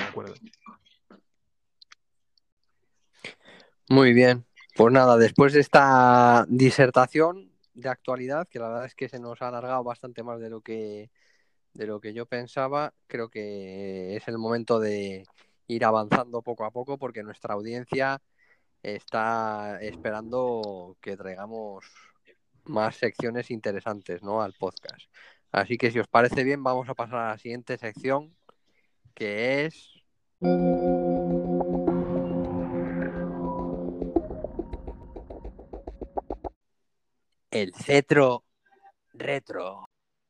Speaker 2: Muy bien. Pues nada, después de esta disertación de actualidad, que la verdad es que se nos ha alargado bastante más de lo que yo pensaba, creo que es el momento de ir avanzando poco a poco porque nuestra audiencia está esperando que traigamos más secciones interesantes, ¿no?, al podcast. Así que si os parece bien, vamos a pasar a la siguiente sección, que es... el cetro retro.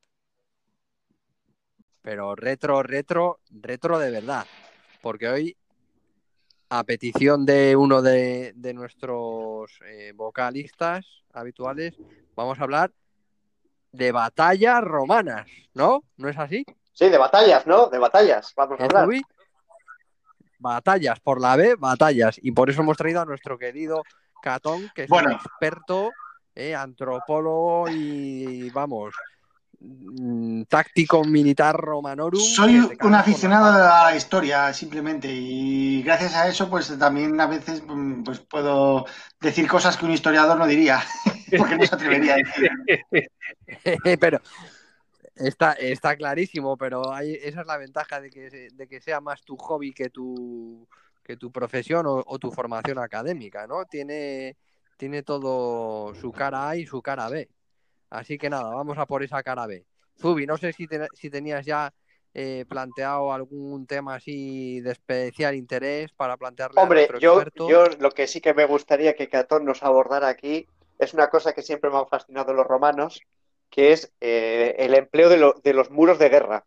Speaker 2: Pero retro de verdad. Porque hoy, a petición de uno de nuestros vocalistas habituales, vamos a hablar de batallas romanas, ¿no? ¿No es así?
Speaker 4: Sí, de batallas, ¿no? De batallas, vamos a hablar.
Speaker 2: Zubi? Batallas, por la B, batallas. Y por eso hemos traído a nuestro querido Catón, que es un experto, antropólogo y, vamos, táctico militar romanorum.
Speaker 6: Soy un aficionado a la historia, simplemente, y gracias a eso, pues también a veces pues puedo decir cosas que un historiador no diría, porque no se atrevería a decir.
Speaker 2: Pero está clarísimo, pero esa es la ventaja de que sea más tu hobby que tu profesión o tu formación académica, ¿no? Tiene todo su cara A y su cara B. Así que nada, vamos a por esa cara B. Zubi, no sé si tenías ya planteado algún tema así de especial interés para plantearle a nuestro experto.
Speaker 4: Yo lo que sí que me gustaría que Catón nos abordara aquí es una cosa que siempre me han fascinado los romanos, que es el empleo de los muros de guerra.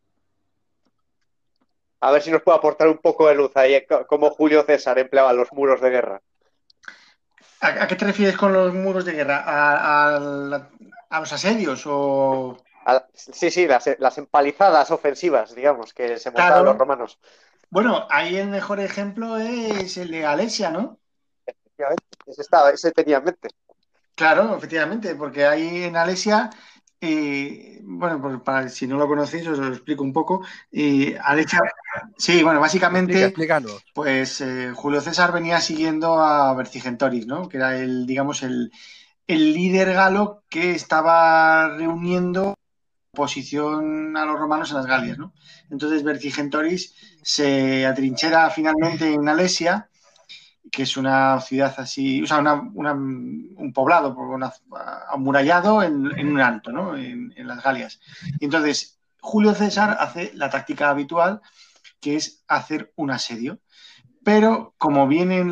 Speaker 4: A ver si nos puede aportar un poco de luz ahí, cómo Julio César empleaba los muros de guerra.
Speaker 6: ¿A qué te refieres con los muros de guerra? ¿A los asedios o...?
Speaker 4: Sí, las empalizadas ofensivas, digamos, que se montaban los romanos.
Speaker 6: Bueno, ahí el mejor ejemplo es el de Alesia, ¿no?
Speaker 4: Efectivamente, ese tenía en mente.
Speaker 6: Claro, efectivamente, porque ahí en Alesia, bueno, pues para si no lo conocéis, os lo explico un poco. Alesia, sí, bueno, básicamente,
Speaker 2: explícanos.
Speaker 6: Pues Julio César venía siguiendo a Vercingetorix, ¿no? Que era el líder galo que estaba reuniendo oposición a los romanos en las Galias, ¿no? Entonces Vercingetorix se atrinchera finalmente en Alesia, que es una ciudad así, o sea, un poblado amurallado en un alto, ¿no? En las Galias. Y entonces Julio César hace la táctica habitual, que es hacer un asedio. Pero como vienen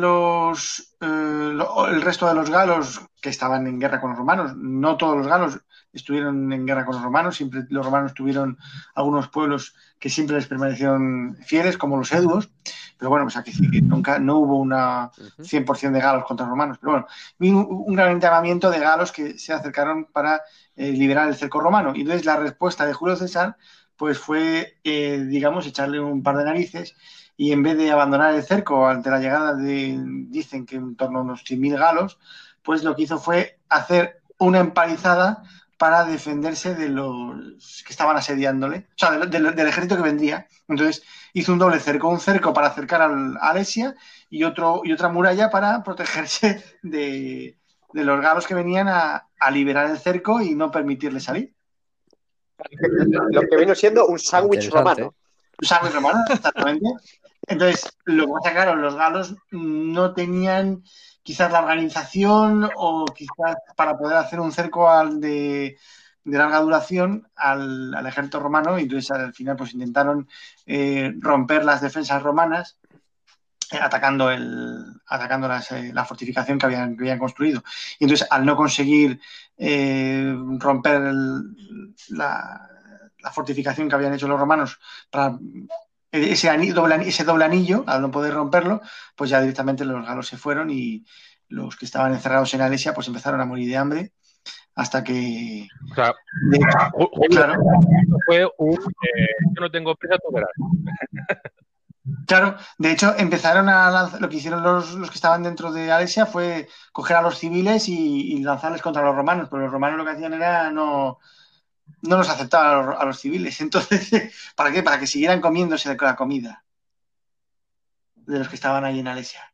Speaker 6: el resto de los galos que estaban en guerra con los romanos, no todos los galos estuvieron en guerra con los romanos, siempre los romanos tuvieron algunos pueblos que siempre les permanecieron fieles, como los eduos, pero bueno, pues aquí sí que nunca no hubo una 100% de galos contra los romanos, pero bueno, vino un gran entrenamiento de galos que se acercaron para liberar el cerco romano, y entonces la respuesta de Julio César pues fue, digamos, echarle un par de narices, y en vez de abandonar el cerco ante la llegada dicen que en torno a unos 100.000 galos, pues lo que hizo fue hacer una empalizada para defenderse de los que estaban asediándole, o sea, del ejército que vendría. Entonces hizo un doble cerco, un cerco para acercar a Alesia y otra muralla para protegerse de los galos que venían a liberar el cerco y no permitirle salir.
Speaker 4: Lo que vino siendo un sándwich romano.
Speaker 6: Un sándwich romano, exactamente. Entonces, lo que pasa, claro, los galos no tenían quizás la organización o quizás para poder hacer un cerco de larga duración al ejército romano, y entonces al final pues intentaron romper las defensas romanas atacando la fortificación que habían construido. Y entonces, al no conseguir romper la fortificación que habían hecho los romanos para ese doble anillo, al no poder romperlo, pues ya directamente los galos se fueron y los que estaban encerrados en Alesia pues empezaron a morir de hambre hasta que...
Speaker 3: O sea,
Speaker 6: claro,
Speaker 3: fue un yo no tengo prisa, tú verás.
Speaker 6: Claro, de hecho empezaron a lanzar, lo que hicieron los que estaban dentro de Alesia fue coger a los civiles y lanzarles contra los romanos, pero los romanos lo que hacían era no los aceptaban a los civiles. Entonces, ¿para qué? Para que siguieran comiéndose la comida de los que estaban ahí en Alesia.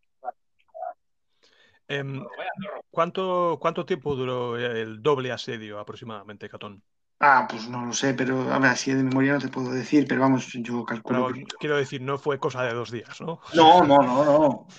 Speaker 5: ¿Cuánto tiempo duró el doble asedio aproximadamente, Catón?
Speaker 6: Pues no lo sé, pero a ver, así de memoria no te puedo decir, pero vamos, yo calculo
Speaker 5: Pero, quiero decir, no fue cosa de 2 días, ¿no?
Speaker 6: No.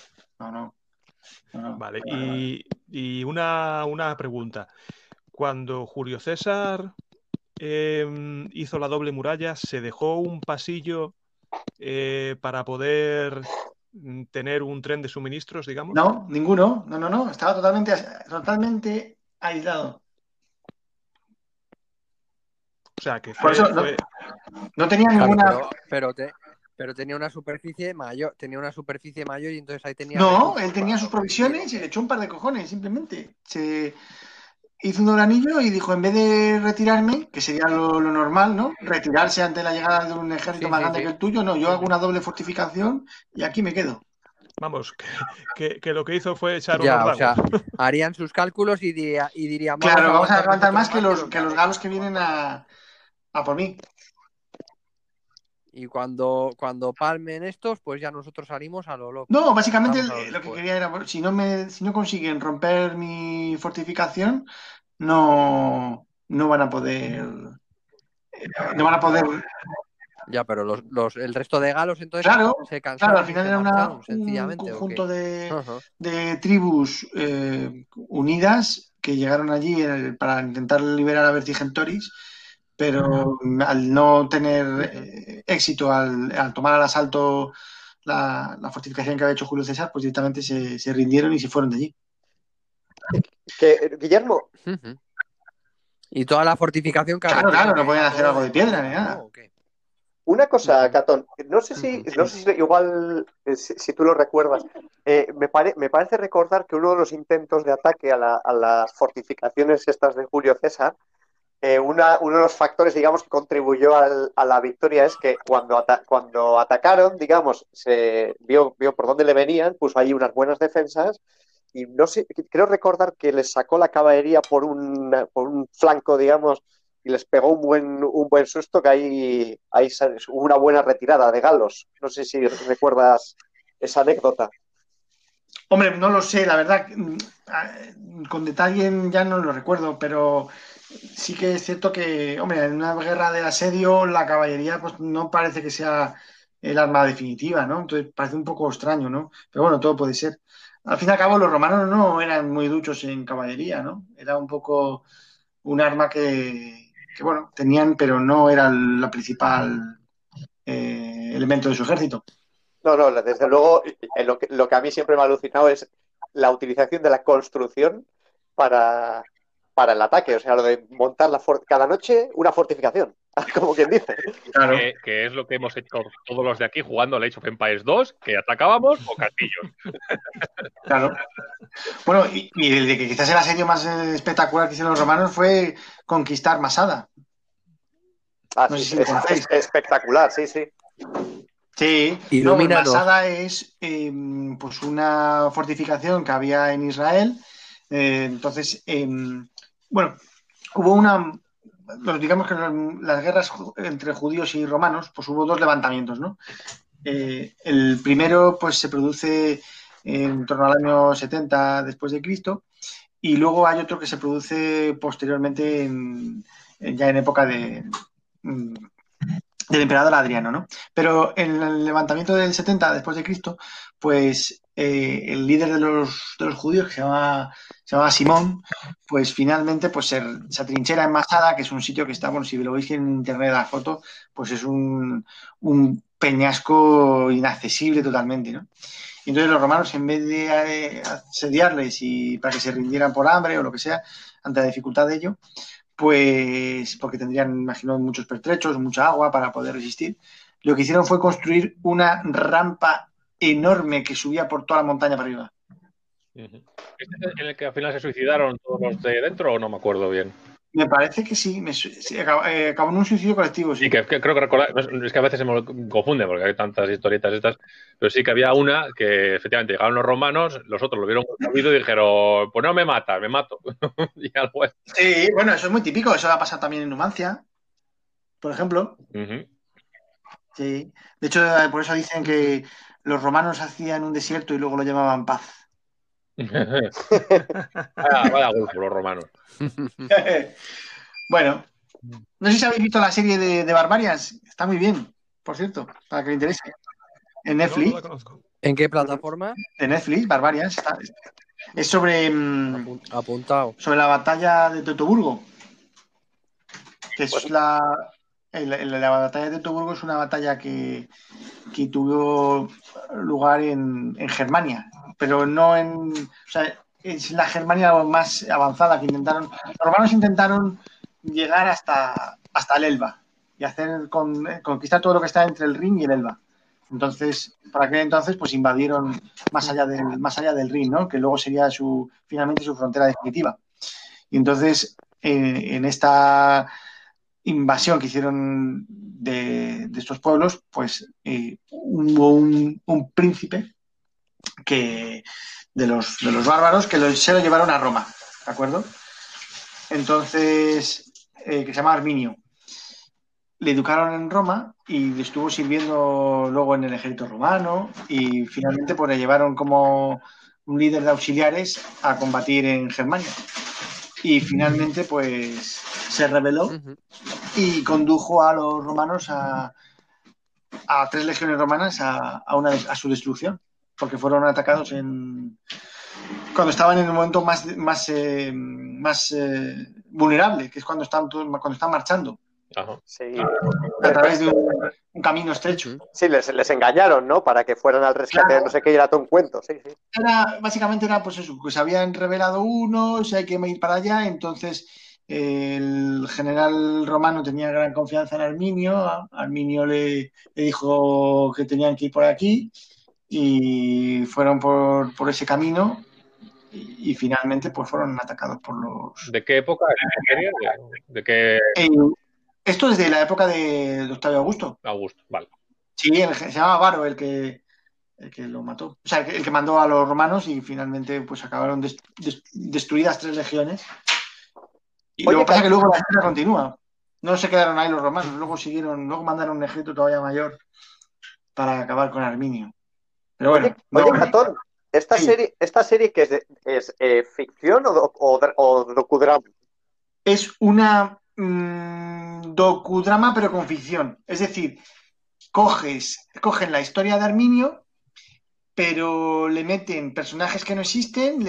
Speaker 5: Vale, y una pregunta. Cuando Julio César hizo la doble muralla, ¿se dejó un pasillo para poder tener un tren de suministros, digamos?
Speaker 6: No, ninguno. No. Estaba totalmente aislado.
Speaker 5: O sea, que
Speaker 6: Por eso, no tenía ninguna...
Speaker 2: Pero tenía una superficie mayor, y entonces ahí tenía...
Speaker 6: No, él tenía sus provisiones y le echó un par de cojones, simplemente. Se hizo un doble anillo y dijo, en vez de retirarme, que sería lo normal, ¿no? Retirarse ante la llegada de un ejército más grande que el tuyo, no, yo hago una doble fortificación y aquí me quedo.
Speaker 5: Vamos, que lo que hizo fue echar
Speaker 2: Ya,
Speaker 5: unos dados.
Speaker 2: o sea, harían sus cálculos y dirían...
Speaker 6: Claro, vamos a aguantar más que los galos que vienen a por mí.
Speaker 2: Y cuando palmen estos, pues ya nosotros salimos a lo loco.
Speaker 6: No, básicamente lo que quería era, si no consiguen romper mi fortificación, no van a poder...
Speaker 2: Ya, pero el resto de galos entonces se cansaron.
Speaker 6: Claro, al final era
Speaker 2: un
Speaker 6: conjunto de tribus unidas que llegaron allí para intentar liberar a Vercingetorix, pero al no tener éxito al tomar al asalto la fortificación que había hecho Julio César, pues directamente se rindieron y se fueron de allí.
Speaker 4: Guillermo.
Speaker 2: Y toda la fortificación que
Speaker 6: Claro, no podían hacer algo de piedra ni nada.
Speaker 4: Una cosa, Catón, no sé si igual, si tú lo recuerdas, me parece recordar que uno de los intentos de ataque a las fortificaciones estas de Julio César, uno de los factores, digamos, que contribuyó a la victoria es que cuando atacaron, digamos, se vio por dónde le venían, puso ahí unas buenas defensas y no sé, creo recordar que les sacó la caballería por un flanco, digamos, y les pegó un buen susto que ahí hubo una buena retirada de galos. No sé si recuerdas esa anécdota.
Speaker 6: Hombre, no lo sé, la verdad, con detalle ya no lo recuerdo, pero sí que es cierto que, hombre, en una guerra de asedio la caballería pues no parece que sea el arma definitiva, ¿no? Entonces parece un poco extraño, ¿no? Pero bueno, todo puede ser. Al fin y al cabo, los romanos no eran muy duchos en caballería, ¿no? Era un poco un arma que bueno, tenían, pero no era la principal elemento de su ejército.
Speaker 4: No, desde luego, lo que a mí siempre me ha alucinado es la utilización de la construcción para el ataque, o sea, lo de montar cada noche una fortificación, como quien dice.
Speaker 3: Claro. Que es lo que hemos hecho todos los de aquí jugando a Age of Empires 2, que atacábamos o castillos.
Speaker 6: Claro. Bueno, y el de que quizás el asedio más espectacular que hicieron los romanos fue conquistar Masada.
Speaker 4: No sé si es espectacular, sí.
Speaker 6: Sí, Masada es pues una fortificación que había en Israel. Entonces, bueno, hubo digamos que las guerras entre judíos y romanos, pues hubo 2 levantamientos, ¿no? El primero, pues se produce en torno al año 70 después de Cristo, y luego hay otro que se produce posteriormente ya en época del emperador Adriano, ¿no? Pero en el levantamiento del 70 después de Cristo, pues el líder de los judíos, que se llama Simón, pues finalmente pues se atrinchera en Masada, que es un sitio que está, bueno, si lo veis en internet la foto, pues es un peñasco inaccesible totalmente, ¿no? Y entonces los romanos, en vez de asediarles y para que se rindieran por hambre o lo que sea, ante la dificultad de ello, pues porque tendrían, imagino, muchos pertrechos, mucha agua para poder resistir, lo que hicieron fue construir una rampa enorme que subía por toda la montaña para arriba.
Speaker 3: ¿Este es en el que al final se suicidaron todos los de dentro o no me acuerdo bien?
Speaker 6: Me parece que sí, acabó en un suicidio colectivo. Sí,
Speaker 3: sí que creo que recordar, es que a veces se me confunde porque hay tantas historietas estas, pero sí que había una que efectivamente llegaron los romanos, los otros lo vieron consumido y dijeron, pues no me matas, me mato. Y algo así.
Speaker 6: Sí, bueno, eso es muy típico, eso va a pasar también en Numancia, por ejemplo. Sí, de hecho, por eso dicen que los romanos hacían un desierto y luego lo llamaban paz.
Speaker 3: Vaya golfo, los romanos.
Speaker 6: Bueno, no sé si habéis visto la serie de Barbarians. Está muy bien, por cierto, para que le interese. En Netflix.
Speaker 5: No la conozco.
Speaker 2: ¿En qué plataforma?
Speaker 6: En Netflix, Barbarians. Es sobre
Speaker 2: apuntado.
Speaker 6: Sobre la batalla de Teutoburgo. Que es la batalla de Teutoburgo es una batalla que tuvo lugar en Germania, pero no en... O sea, es la Germania más avanzada que intentaron... Los romanos intentaron llegar hasta el Elba y conquistar todo lo que está entre el Rin y el Elba. Entonces, para aquel entonces, pues invadieron más allá del Rin, ¿no? Que luego sería finalmente su frontera definitiva. Y entonces, en esta invasión que hicieron de estos pueblos, pues hubo un príncipe de los bárbaros que se lo llevaron a Roma, ¿de acuerdo? Entonces, que se llama Arminio. Le educaron en Roma y le estuvo sirviendo luego en el ejército romano y finalmente pues le llevaron como un líder de auxiliares a combatir en Germania. Y finalmente pues se rebeló y condujo a los romanos a 3 legiones romanas a su destrucción, porque fueron atacados cuando estaban en el momento más vulnerable, que es cuando están marchando.
Speaker 3: Ajá.
Speaker 4: Sí.
Speaker 6: A través de un camino estrecho.
Speaker 4: Sí, les engañaron, ¿no? Para que fueran al rescate, claro. No sé qué, era todo un cuento, sí.
Speaker 6: Básicamente era pues eso, que se habían revelado unos, hay que ir para allá, entonces el general romano tenía gran confianza en Arminio, Arminio le dijo que tenían que ir por aquí y fueron por ese camino y finalmente pues fueron atacados por los...
Speaker 3: ¿De qué época? ¿De qué...?
Speaker 6: Esto es de la época de Octavio Augusto.
Speaker 3: Augusto, vale.
Speaker 6: Sí, se llamaba Varo el que lo mató. O sea, el que mandó a los romanos y finalmente pues acabaron destruidas 3 legiones. Y lo que pasa es que luego la historia continúa. No se quedaron ahí los romanos, luego mandaron un ejército todavía mayor para acabar con Arminio. Pero bueno.
Speaker 4: Oye, Catón, ¿esta serie que es ficción o docudrama?
Speaker 6: Es una docudrama pero con ficción. Es decir, cogen la historia de Arminio, pero le meten personajes que no existen,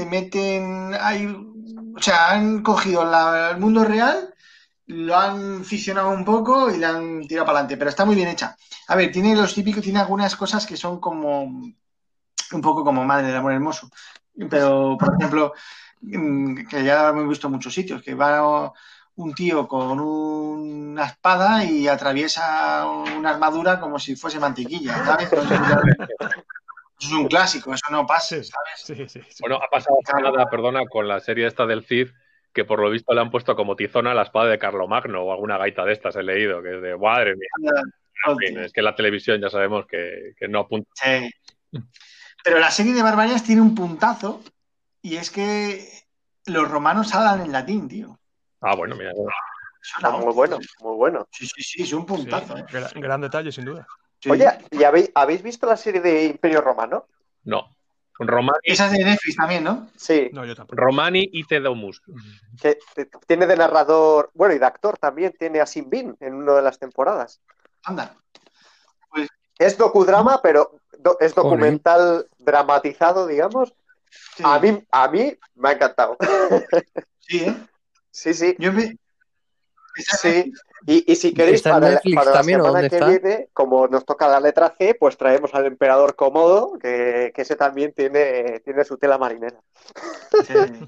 Speaker 6: han cogido el mundo real, lo han ficcionado un poco y la han tirado para adelante, pero está muy bien hecha. A ver, tiene algunas cosas que son como un poco como Madre del Amor Hermoso, pero por ejemplo, que ya hemos visto en muchos sitios, que va un tío con una espada y atraviesa una armadura como si fuese mantequilla, ¿sabes? Es un clásico, eso no pasa, ¿sabes?
Speaker 5: Sí.
Speaker 3: Bueno, ha pasado nada, perdona, con la serie esta del Cid, que por lo visto le han puesto como tizona a la espada de Carlomagno o alguna gaita de estas he leído, que es de madre mía. En fin, es que la televisión ya sabemos que no apunta.
Speaker 6: Sí. Pero la serie de Barbarias tiene un puntazo y es que los romanos hablan en latín, tío.
Speaker 3: Ah, bueno, mira.
Speaker 4: Muy bueno, muy bueno.
Speaker 6: Sí, es un puntazo.
Speaker 5: Sí, gran detalle, sin duda.
Speaker 4: Sí. Oye, ¿y habéis visto la serie de Imperio Romano?
Speaker 3: No. Romani...
Speaker 6: Esa es de Netflix también, ¿no?
Speaker 4: Sí.
Speaker 5: No, yo tampoco.
Speaker 3: Romani y Cedomus.
Speaker 4: Que tiene de narrador, bueno, y de actor también, tiene a Sin Bin en una de las temporadas.
Speaker 6: Anda.
Speaker 4: Pues... Es docudrama, pero es documental dramatizado, digamos,
Speaker 6: Sí,
Speaker 4: a mí me ha encantado.
Speaker 6: sí, ¿eh?
Speaker 4: Sí.
Speaker 6: Yo me-
Speaker 4: Sí, y si queréis,
Speaker 2: ¿Está en Netflix
Speaker 4: para la
Speaker 2: también o
Speaker 4: semana
Speaker 2: dónde
Speaker 4: que
Speaker 2: está?
Speaker 4: viene, como nos toca la letra C, pues traemos al emperador Cómodo, que ese también tiene su tela marinera.
Speaker 6: Sí.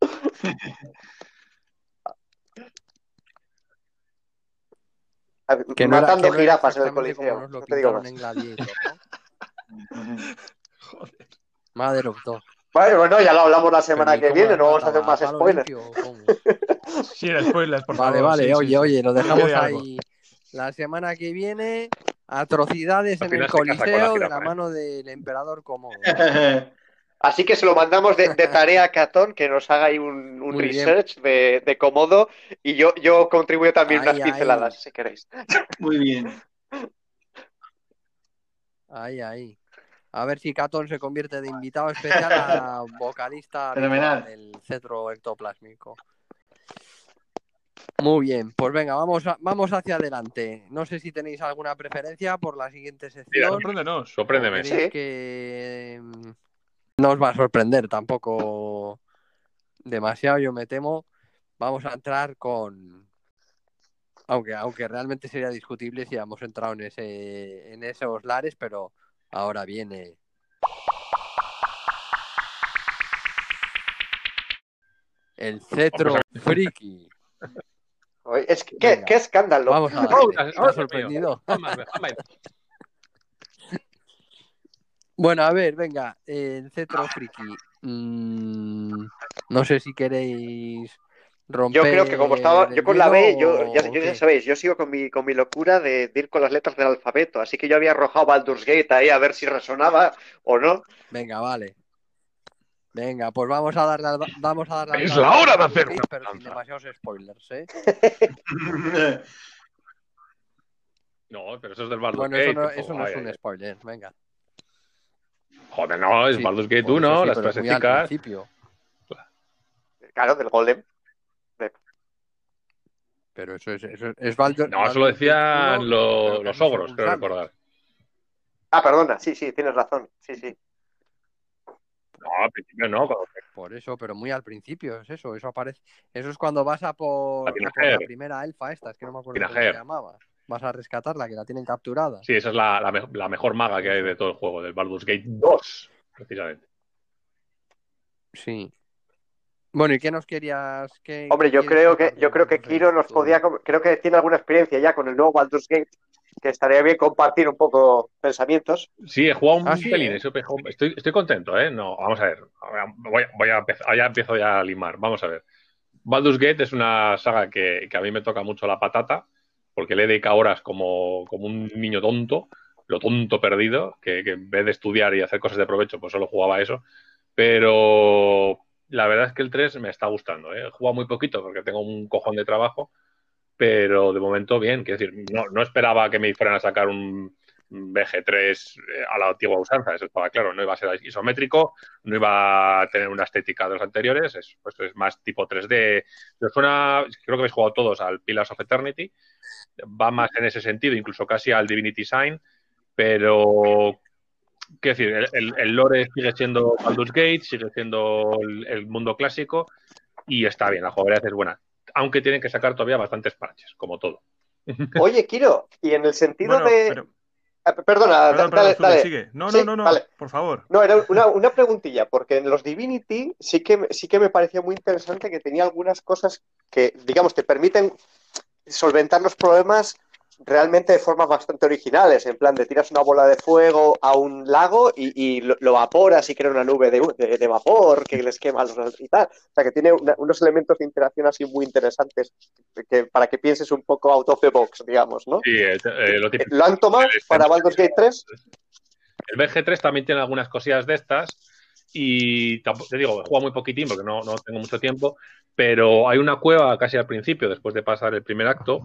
Speaker 2: Que no era,
Speaker 4: Matando
Speaker 2: que no era
Speaker 4: jirafas en el
Speaker 2: exactamente como
Speaker 4: Coliseo,
Speaker 2: nos lo
Speaker 4: no te digo
Speaker 2: pintaron
Speaker 4: más.
Speaker 2: en Gladiator, ¿no?
Speaker 5: Joder.
Speaker 2: Mother of Dog.
Speaker 4: Bueno, ya lo hablamos la
Speaker 2: Pero
Speaker 4: semana
Speaker 2: ¿y
Speaker 4: que
Speaker 2: cómo
Speaker 4: viene,
Speaker 2: las
Speaker 4: no vamos a hacer
Speaker 2: mataba? ¿A
Speaker 4: más
Speaker 2: palo
Speaker 4: spoilers.
Speaker 2: limpio o cómo?
Speaker 5: Sí, spoilers, por
Speaker 2: Vale,
Speaker 5: favor.
Speaker 2: vale,
Speaker 5: Sí, sí,
Speaker 2: oye,
Speaker 5: sí.
Speaker 2: lo
Speaker 5: Que
Speaker 2: dejamos
Speaker 5: quede algo.
Speaker 2: ahí. La semana que viene, atrocidades
Speaker 3: Al
Speaker 2: en el
Speaker 3: final se casa con la
Speaker 2: Coliseo de la
Speaker 3: jirafa, ¿eh?
Speaker 2: mano del emperador Cómodo.
Speaker 4: Así que se lo mandamos de tarea a Catón, que nos haga ahí un
Speaker 2: Muy bien.
Speaker 4: research de Cómodo, y yo contribuyo también unas
Speaker 2: Ahí,
Speaker 4: pinceladas, si queréis.
Speaker 6: Muy bien.
Speaker 2: ahí. A ver si Catón se convierte de invitado especial a vocalista habitual
Speaker 6: Fenomenal.
Speaker 2: del cetro ectoplásmico. Muy bien, pues venga, vamos hacia adelante. No sé si tenéis alguna preferencia por la siguiente
Speaker 3: Mira,
Speaker 2: sección.
Speaker 5: Sorpréndenos.
Speaker 2: ¿O
Speaker 3: sorpréndeme.
Speaker 2: queréis
Speaker 4: Sí.
Speaker 2: que no os va a sorprender tampoco demasiado, yo me temo? Vamos a entrar con... Aunque realmente sería discutible si hemos entrado en esos lares, pero ahora viene... El cetro friki.
Speaker 4: Es que,
Speaker 2: Venga,
Speaker 4: qué escándalo.
Speaker 2: vamos a darle. ¿Estás sorprendido? Bueno, a ver, venga, el cetro friki. No sé si queréis
Speaker 4: Yo creo que como estaba,
Speaker 2: romper
Speaker 4: yo
Speaker 2: el
Speaker 4: con la
Speaker 2: hielo
Speaker 4: B,
Speaker 2: o
Speaker 4: ya
Speaker 2: qué.
Speaker 4: sabéis, yo sigo con mi locura de ir con las letras del alfabeto, así que yo había arrojado Baldur's Gate ahí a ver si resonaba o no.
Speaker 2: Venga, vale. Venga, pues vamos a darle al
Speaker 3: Es
Speaker 2: dato
Speaker 3: la
Speaker 2: a
Speaker 3: hora de
Speaker 2: Baldur's
Speaker 3: hacer
Speaker 2: Gate,
Speaker 3: una
Speaker 2: pero sin
Speaker 3: danza.
Speaker 2: demasiados spoilers, ¿eh?
Speaker 3: No, pero eso es del Baldur's
Speaker 2: Bueno, eso
Speaker 3: Gate.
Speaker 2: no, eso no es
Speaker 3: Ay,
Speaker 2: un
Speaker 3: ay.
Speaker 2: spoiler, venga.
Speaker 3: Joder, no, es
Speaker 2: Sí,
Speaker 3: Baldur's Gate
Speaker 2: por eso
Speaker 3: 1,
Speaker 2: sí,
Speaker 3: las
Speaker 2: pero es muy al
Speaker 3: clasecitas.
Speaker 2: principio.
Speaker 4: Claro, del Golem.
Speaker 2: Pero eso es
Speaker 3: No, eso lo
Speaker 2: Baldur's Gate 1,
Speaker 3: decían
Speaker 2: pero con
Speaker 3: los
Speaker 2: sus
Speaker 3: ogros, creo
Speaker 2: sucursales.
Speaker 3: recordar.
Speaker 4: Ah, perdona, sí, tienes razón. Sí.
Speaker 3: No, al principio no, cuando
Speaker 2: Por eso, pero muy al principio es eso. Eso aparece. Eso es cuando vas a por la
Speaker 3: Tinajer,
Speaker 2: primera elfa esta, es que no me acuerdo cómo se
Speaker 3: Tinajer.
Speaker 2: llamaba. Vas a rescatarla, que la tienen capturada.
Speaker 3: Sí, esa es la mejor maga que hay
Speaker 2: Eso.
Speaker 3: de todo el juego, del Baldur's Gate 2, precisamente.
Speaker 2: Sí. Bueno, ¿y qué nos querías?
Speaker 4: Hombre,
Speaker 2: ¿Qué quieres contar
Speaker 4: yo
Speaker 2: del
Speaker 4: creo que
Speaker 2: Baldur's Gate?
Speaker 4: Kiro nos
Speaker 2: Tú?
Speaker 4: creo que tiene alguna experiencia ya con el nuevo Baldur's Gate, que estaría bien compartir un poco pensamientos.
Speaker 3: Sí, he jugado
Speaker 2: Ah,
Speaker 3: un
Speaker 2: sí,
Speaker 3: pelín,
Speaker 2: ¿eh?
Speaker 3: estoy contento, ¿eh? No, vamos a ver. Voy a empezar, ya empiezo ya a limar. Vamos a ver. Baldur's Gate es una saga que a mí me toca mucho la patata, porque le he dedicado horas como un niño tonto, lo tonto perdido, que en vez de estudiar y hacer cosas de provecho, pues solo jugaba a eso. Pero la verdad es que el 3 me está gustando, ¿eh? He jugado muy poquito porque tengo un cojón de trabajo, pero de momento bien. Quiero decir, no esperaba que me fueran a sacar un VG3 a la antigua usanza, eso estaba claro, no iba a ser isométrico, no iba a tener una estética de los anteriores, pues es más tipo 3D. Pero creo que habéis jugado todos al Pillars of Eternity, va más en ese sentido, incluso casi al Divinity Sign, pero quiero decir, el lore sigue siendo Baldur's Gate, sigue siendo el mundo clásico y está bien, la jugabilidad es buena, aunque tienen que sacar todavía bastantes parches, como todo.
Speaker 4: Oye, Kiro, y en el sentido
Speaker 5: Bueno,
Speaker 4: de...
Speaker 5: pero.
Speaker 4: Perdona,
Speaker 5: Perdón, Zule,
Speaker 4: dale.
Speaker 5: sigue. No,
Speaker 4: Sí, vale.
Speaker 5: por favor.
Speaker 4: No, era una preguntilla, porque en los Divinity sí que me parecía muy interesante que tenía algunas cosas que, digamos, te permiten solventar los problemas realmente de formas bastante originales, en plan de tiras una bola de fuego a un lago y lo evaporas y crea una nube de vapor que les quema y tal. O sea, que tiene unos elementos de interacción así muy interesantes para que pienses un poco out of the box, digamos, ¿no?
Speaker 3: Sí, lo típico.
Speaker 4: ¿Lo han tomado para Baldur's Gate 3?
Speaker 3: El BG3 también tiene algunas cosillas de estas y te digo, he jugado muy poquitín porque no tengo mucho tiempo, pero hay una cueva casi al principio, después de pasar el primer acto,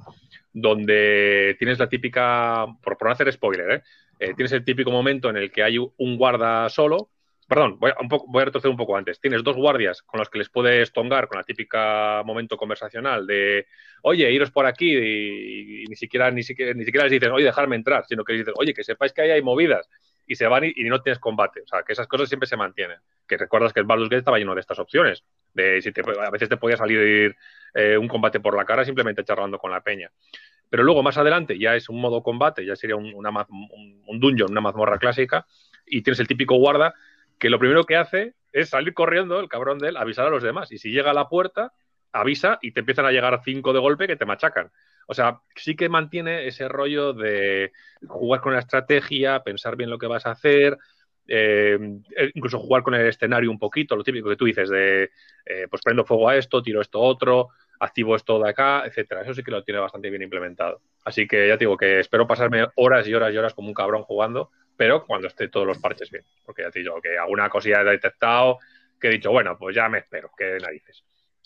Speaker 3: donde tienes la típica, por no hacer spoiler, tienes el típico momento en el que hay un guarda solo. Perdón, voy a retroceder un poco antes. Tienes dos guardias con los que les puedes tongar con la típica momento conversacional de, oye, iros por aquí y ni siquiera les dices, oye, dejarme entrar, sino que les dices, oye, que sepáis que ahí hay movidas. y se van y no tienes combate. O sea, que esas cosas siempre se mantienen. Que recuerdas que el Baldur's Gate estaba lleno de estas opciones. De si a veces te podía salir un combate por la cara simplemente charlando con la peña. Pero luego, más adelante, ya es un modo combate, ya sería un dungeon, una mazmorra clásica, y tienes el típico guarda que lo primero que hace es salir corriendo, el cabrón de él, avisar a los demás. Y si llega a la puerta, avisa y te empiezan a llegar 5 de golpe que te machacan. O sea, sí que mantiene ese rollo de jugar con la estrategia, pensar bien lo que vas a hacer, incluso jugar con el escenario un poquito, lo típico que tú dices de pues prendo fuego a esto, tiro esto otro, activo esto de acá, etcétera. Eso sí que lo tiene bastante bien implementado. Así que ya te digo que espero pasarme horas y horas y horas como un cabrón jugando, pero cuando esté todos los parches bien. Porque ya te digo que alguna cosilla he detectado que he dicho, bueno, pues ya me espero, que narices.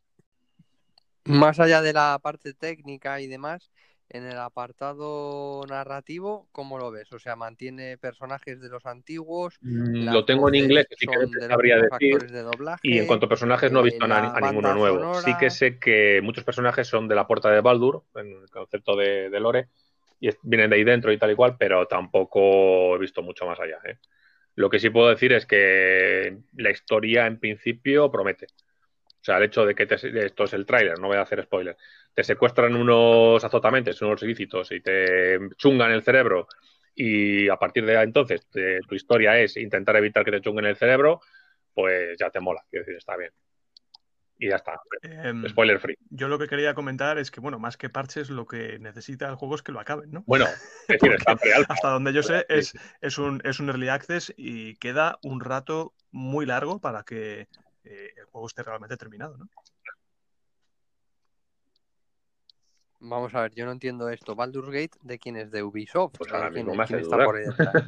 Speaker 2: Más allá de la parte técnica y demás, en el apartado narrativo, ¿cómo lo ves? O sea, mantiene personajes de los antiguos,
Speaker 3: Lo
Speaker 2: las
Speaker 3: tengo en
Speaker 2: voces
Speaker 3: inglés, que sí que
Speaker 2: son
Speaker 3: te
Speaker 2: de los
Speaker 3: sabría
Speaker 2: mismos
Speaker 3: decir.
Speaker 2: actores de
Speaker 3: Y en
Speaker 2: doblaje,
Speaker 3: cuanto a personajes, no he visto
Speaker 2: la
Speaker 3: a ninguno
Speaker 2: banda
Speaker 3: nuevo.
Speaker 2: sonora.
Speaker 3: Sí que sé que muchos personajes son de la Puerta de Baldur, en el concepto de lore, y vienen de ahí dentro y tal y cual, pero tampoco he visto mucho más allá. Lo que sí puedo decir es que la historia, en principio, promete. O sea, el hecho de que esto es el tráiler, no voy a hacer spoiler, te secuestran unos azotamentes, unos ilícitos y te chungan el cerebro y a partir de entonces tu historia es intentar evitar que te chunguen el cerebro, pues ya te mola, quiero decir, está bien. Y ya está. Spoiler free.
Speaker 5: Yo lo que quería comentar es que, bueno, más que parches, lo que necesita el juego es que lo acaben, ¿no?
Speaker 3: Bueno, es decir, está en pre-alfa.
Speaker 5: Hasta donde yo sé, es un early access y queda un rato muy largo para que el juego esté realmente terminado, ¿no?
Speaker 2: Vamos a ver, yo no entiendo esto. ¿Baldur's Gate de quién es? ¿De Ubisoft?
Speaker 3: Pues
Speaker 2: ¿O
Speaker 3: ahora
Speaker 2: de quién,
Speaker 3: mismo me hace
Speaker 2: quién está
Speaker 3: dudar.
Speaker 2: por ahí detrás?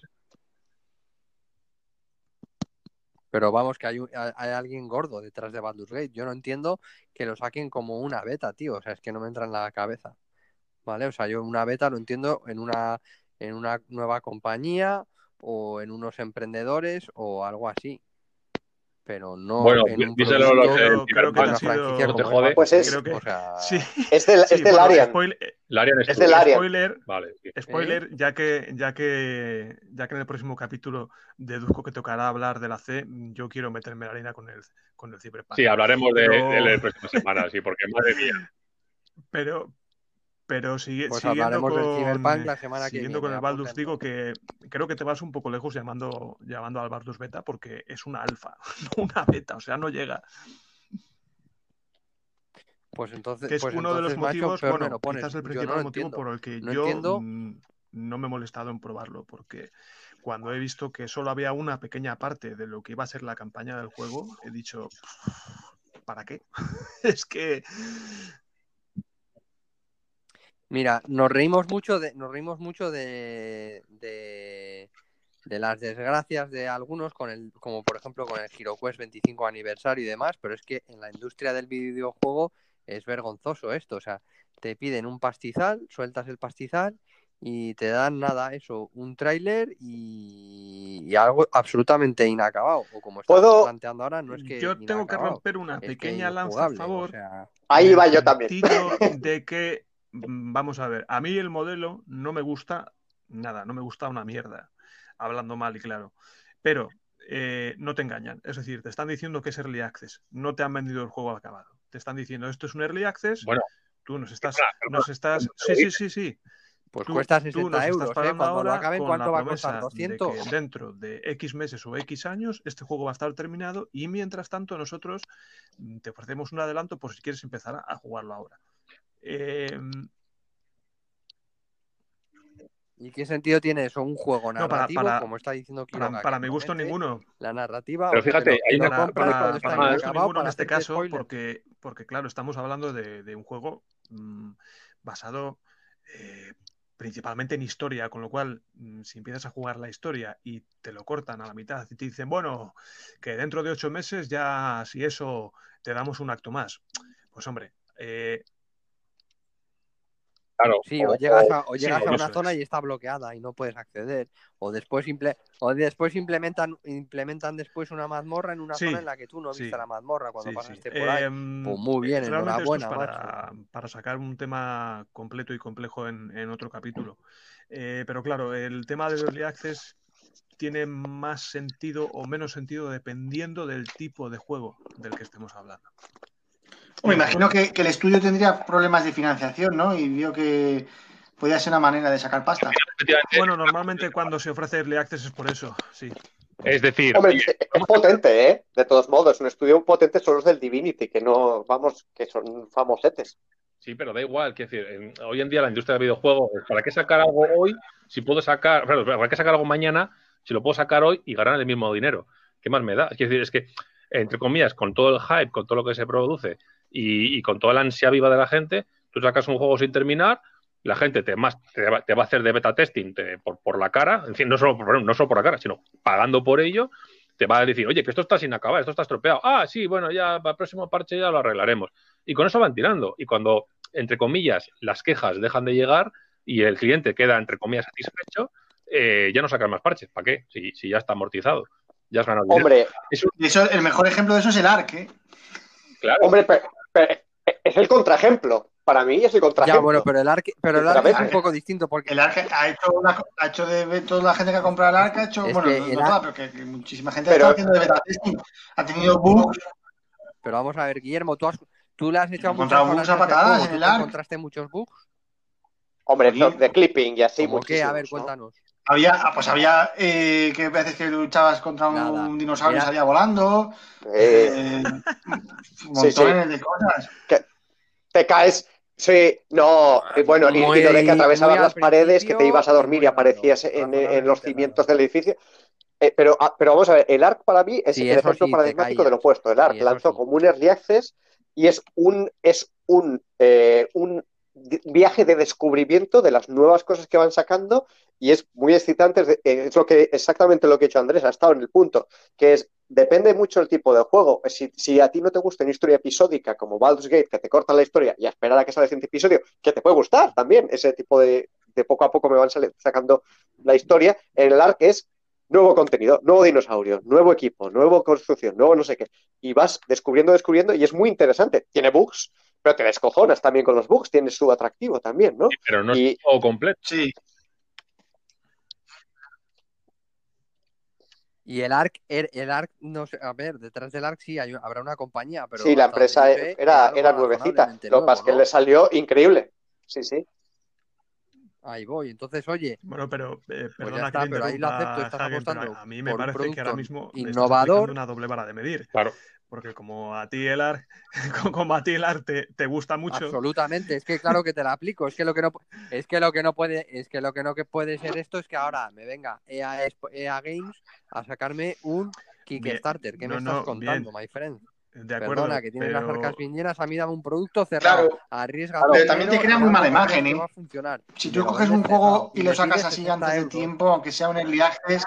Speaker 2: Pero vamos, que hay alguien gordo detrás de Baldur's Gate. Yo no entiendo que lo saquen como una beta, tío. O sea, es que no me entra en la cabeza. ¿Vale? O sea, yo una beta lo entiendo en una nueva compañía o en unos emprendedores o algo así. Pero no
Speaker 3: Bueno,
Speaker 2: en un
Speaker 3: díselo los
Speaker 2: producto
Speaker 5: creo que
Speaker 2: de
Speaker 5: te
Speaker 2: una
Speaker 5: ha
Speaker 2: franquicia
Speaker 5: sido...
Speaker 3: no te
Speaker 2: como
Speaker 3: jode.
Speaker 2: es
Speaker 4: Pues
Speaker 2: Baldur's
Speaker 4: es-
Speaker 2: Gate.
Speaker 5: Creo
Speaker 2: O
Speaker 5: que...
Speaker 2: sea,
Speaker 5: Sí,
Speaker 4: Es del
Speaker 5: bueno,
Speaker 4: Larian.
Speaker 3: Larian
Speaker 4: Es del Larian.
Speaker 5: spoiler,
Speaker 3: Vale. Sí.
Speaker 5: spoiler, ya que en el próximo capítulo deduzco que tocará hablar de la C, yo quiero meterme en la harina con el Cyberpunk.
Speaker 3: Sí, hablaremos de la próxima semana, sí, porque madre mía.
Speaker 5: Pero
Speaker 2: pues
Speaker 5: siguiendo
Speaker 2: hablaremos del
Speaker 5: con,
Speaker 2: Cyberpunk la semana que
Speaker 5: siguiendo
Speaker 2: viene.
Speaker 5: con el Baldur's,
Speaker 2: Apunta
Speaker 5: digo
Speaker 2: entonces.
Speaker 5: que creo que te vas un poco lejos llamando al Baldur's Beta porque es una alfa, no una beta, o sea, no llega.
Speaker 2: Pues entonces,
Speaker 5: Que es uno de los
Speaker 2: macho,
Speaker 5: motivos,
Speaker 2: peor me
Speaker 5: bueno,
Speaker 2: lo pones.
Speaker 5: quizás el
Speaker 2: Yo no
Speaker 5: principal
Speaker 2: lo
Speaker 5: motivo
Speaker 2: entiendo.
Speaker 5: por el que
Speaker 2: No
Speaker 5: yo
Speaker 2: entiendo.
Speaker 5: no me he molestado en probarlo, porque cuando he visto que solo había una pequeña parte de lo que iba a ser la campaña del juego, he dicho, ¿para qué? Es que...
Speaker 2: Mira, nos reímos mucho de las desgracias de algunos como por ejemplo con el HeroQuest 25 aniversario y demás, pero es que en la industria del videojuego es vergonzoso esto, o sea, te piden un pastizal, sueltas el pastizal y te dan nada, eso, un tráiler y algo absolutamente inacabado, o como estás
Speaker 4: ¿Puedo?
Speaker 2: planteando ahora, no es que
Speaker 5: Yo tengo que
Speaker 2: inacabado,
Speaker 5: romper una
Speaker 2: es que
Speaker 5: pequeña lanza a
Speaker 2: injugable, o
Speaker 5: favor
Speaker 2: sea...
Speaker 4: Ahí
Speaker 5: en
Speaker 4: va
Speaker 5: el
Speaker 4: yo también.
Speaker 5: sentido de que, vamos a ver, a mí el modelo no me gusta nada, no me gusta una mierda, hablando mal y claro, pero no te engañan, es decir, te están diciendo que es Early Access, no te han vendido el juego acabado, te están diciendo esto es un Early Access,
Speaker 3: Bueno,
Speaker 5: tú nos estás, sí,
Speaker 2: Pues
Speaker 5: tú
Speaker 2: cuesta
Speaker 5: nos
Speaker 2: 60
Speaker 5: estás
Speaker 2: euros, ¿eh?
Speaker 5: pagando
Speaker 2: Cuando lo
Speaker 5: ahora
Speaker 2: acaben,
Speaker 5: con la
Speaker 2: ¿cuánto va a costar?
Speaker 5: promesa de que
Speaker 2: ¿200?
Speaker 5: dentro de X meses o X años este juego va a estar terminado y mientras tanto nosotros te ofrecemos un adelanto por si quieres empezar a jugarlo ahora.
Speaker 2: ¿Y qué sentido tiene eso? Un juego
Speaker 5: No,
Speaker 2: narrativo, como está diciendo Quiroga, que
Speaker 5: para mi gusto
Speaker 2: promete
Speaker 5: ninguno.
Speaker 2: la narrativa,
Speaker 3: pero
Speaker 2: o te
Speaker 3: fíjate, hay
Speaker 2: lo
Speaker 3: una
Speaker 2: compras cuando está
Speaker 5: Para mi gusto
Speaker 2: inacabado
Speaker 5: ninguno en
Speaker 2: para
Speaker 5: este
Speaker 2: hacerte
Speaker 5: caso,
Speaker 2: spoiler.
Speaker 5: porque claro, estamos hablando de un juego basado principalmente en historia, con lo cual, si empiezas a jugar la historia y te lo cortan a la mitad y te dicen, bueno, que dentro de 8 meses ya, si eso, te damos un acto más. Pues hombre,
Speaker 3: claro,
Speaker 2: Sí, o llegas a una
Speaker 5: eso
Speaker 2: zona
Speaker 5: es.
Speaker 2: y está bloqueada y no puedes acceder. O después implementan después una mazmorra en una zona en
Speaker 5: Sí,
Speaker 2: la que tú no viste
Speaker 5: sí.
Speaker 2: la mazmorra cuando
Speaker 5: Sí.
Speaker 2: pasaste por ahí. Pues muy bien,
Speaker 5: Realmente esto es
Speaker 2: enhorabuena, macho.
Speaker 5: para sacar un tema completo y complejo en otro capítulo. Pero claro, el tema del Early Access tiene más sentido o menos sentido dependiendo del tipo de juego del que estemos hablando.
Speaker 6: Me imagino que el estudio tendría problemas de financiación, ¿no? Y vio que podía ser una manera de sacar pasta.
Speaker 5: Bueno, normalmente cuando se ofrece Early Access es por eso, sí.
Speaker 3: Es decir,
Speaker 4: hombre, es potente, ¿eh? De todos modos, un estudio potente son los del Divinity, que no, vamos, que son famosetes.
Speaker 3: Sí, pero da igual, quiero decir, hoy en día la industria del videojuego, ¿para qué sacar algo hoy si puedo sacar, ¿para qué sacar algo mañana si lo puedo sacar hoy y ganar el mismo dinero? ¿Qué más me da? Quiero decir, es que, entre comillas, con todo el hype, con todo lo que se produce y con toda la ansia viva de la gente, tú sacas un juego sin terminar, la gente te va a hacer de beta testing por la cara, en fin, no solo por la cara, sino pagando por ello, te va a decir, oye, que esto está sin acabar, esto está estropeado. Ah, sí, bueno, ya para el próximo parche ya lo arreglaremos. Y con eso van tirando. Y cuando, entre comillas, las quejas dejan de llegar y el cliente queda, entre comillas, satisfecho, ya no sacan más parches. ¿Para qué? Si ya está amortizado. Ya has ganado dinero.
Speaker 4: Hombre,
Speaker 6: el mejor ejemplo de eso es el ARC, ¿eh?
Speaker 3: Claro.
Speaker 4: Hombre, es el contraejemplo. Para mí es el contraejemplo.
Speaker 2: Ya, bueno, pero el ARC es un poco distinto porque
Speaker 6: el ARC ha hecho de toda la gente que ha comprado el ARC, ha hecho,
Speaker 2: es
Speaker 6: bueno,
Speaker 2: que
Speaker 6: no toda, pero que muchísima gente está haciendo de beta testing. Ha tenido bugs.
Speaker 2: Pero vamos a ver, Guillermo, tú le has echado
Speaker 6: muchas
Speaker 2: bugs
Speaker 6: a patadas
Speaker 2: juego,
Speaker 6: en el ARC.
Speaker 2: ¿Encontraste muchos bugs?
Speaker 4: Hombre, de clipping y así,
Speaker 2: ¿Cómo qué? A ver,
Speaker 4: ¿no?
Speaker 2: cuéntanos.
Speaker 6: Había que veces que luchabas contra un dinosaurio y salía volando. Montones de cosas.
Speaker 4: Que te caes. Sí, no. Bueno, y lo de que atravesabas las paredes, que te ibas a dormir y aparecías en los cimientos del edificio. Pero vamos a ver, el ARC para mí es el ejemplo paradigmático del opuesto. El ARC lanzó como un Early Access y es un viaje de descubrimiento de las nuevas cosas que van sacando y es muy excitante. Es exactamente lo que ha hecho Andrés, ha estado en el punto, que es, depende mucho del tipo de juego. Si a ti no te gusta una historia episódica como Baldur's Gate, que te corta la historia y a esperar a que salga el siguiente episodio, que te puede gustar también, ese tipo de poco a poco me van sacando la historia, en el ARC es nuevo contenido, nuevo dinosaurio, nuevo equipo, nueva construcción, nuevo no sé qué. Y vas descubriendo y es muy interesante. Tiene bugs, pero te descojonas también con los bugs, tiene su atractivo también, ¿no?
Speaker 3: Sí, pero no es todo completo.
Speaker 6: Sí.
Speaker 2: Y el ARC, no sé, a ver, detrás del ARC sí habrá una compañía, pero
Speaker 4: sí, la empresa era nuevecita, lo que pasa es que le salió increíble. Sí, sí.
Speaker 2: Ahí voy, entonces, oye.
Speaker 5: Bueno, pero perdona
Speaker 2: está, pero ahí lo acepto, estás apostando.
Speaker 5: A mí me parece que ahora mismo
Speaker 2: innovador,
Speaker 5: estás una doble vara de medir.
Speaker 3: Claro.
Speaker 5: Porque como a ti el ARC te gusta mucho.
Speaker 2: Absolutamente, es que claro que te la aplico, es que lo que no puede ser esto es que ahora me venga EA Games a sacarme un Kickstarter. ¿Qué me estás contando, my friend?
Speaker 5: De acuerdo,
Speaker 2: perdona, que tienes las arcas viñeras, a mí dame un producto cerrado,
Speaker 6: claro,
Speaker 2: arriesgado.
Speaker 6: Pero también te crea muy mala imagen, ¿eh?
Speaker 2: Va a funcionar.
Speaker 6: Si tú coges un juego y lo sacas así antes de tiempo, aunque sea un early access.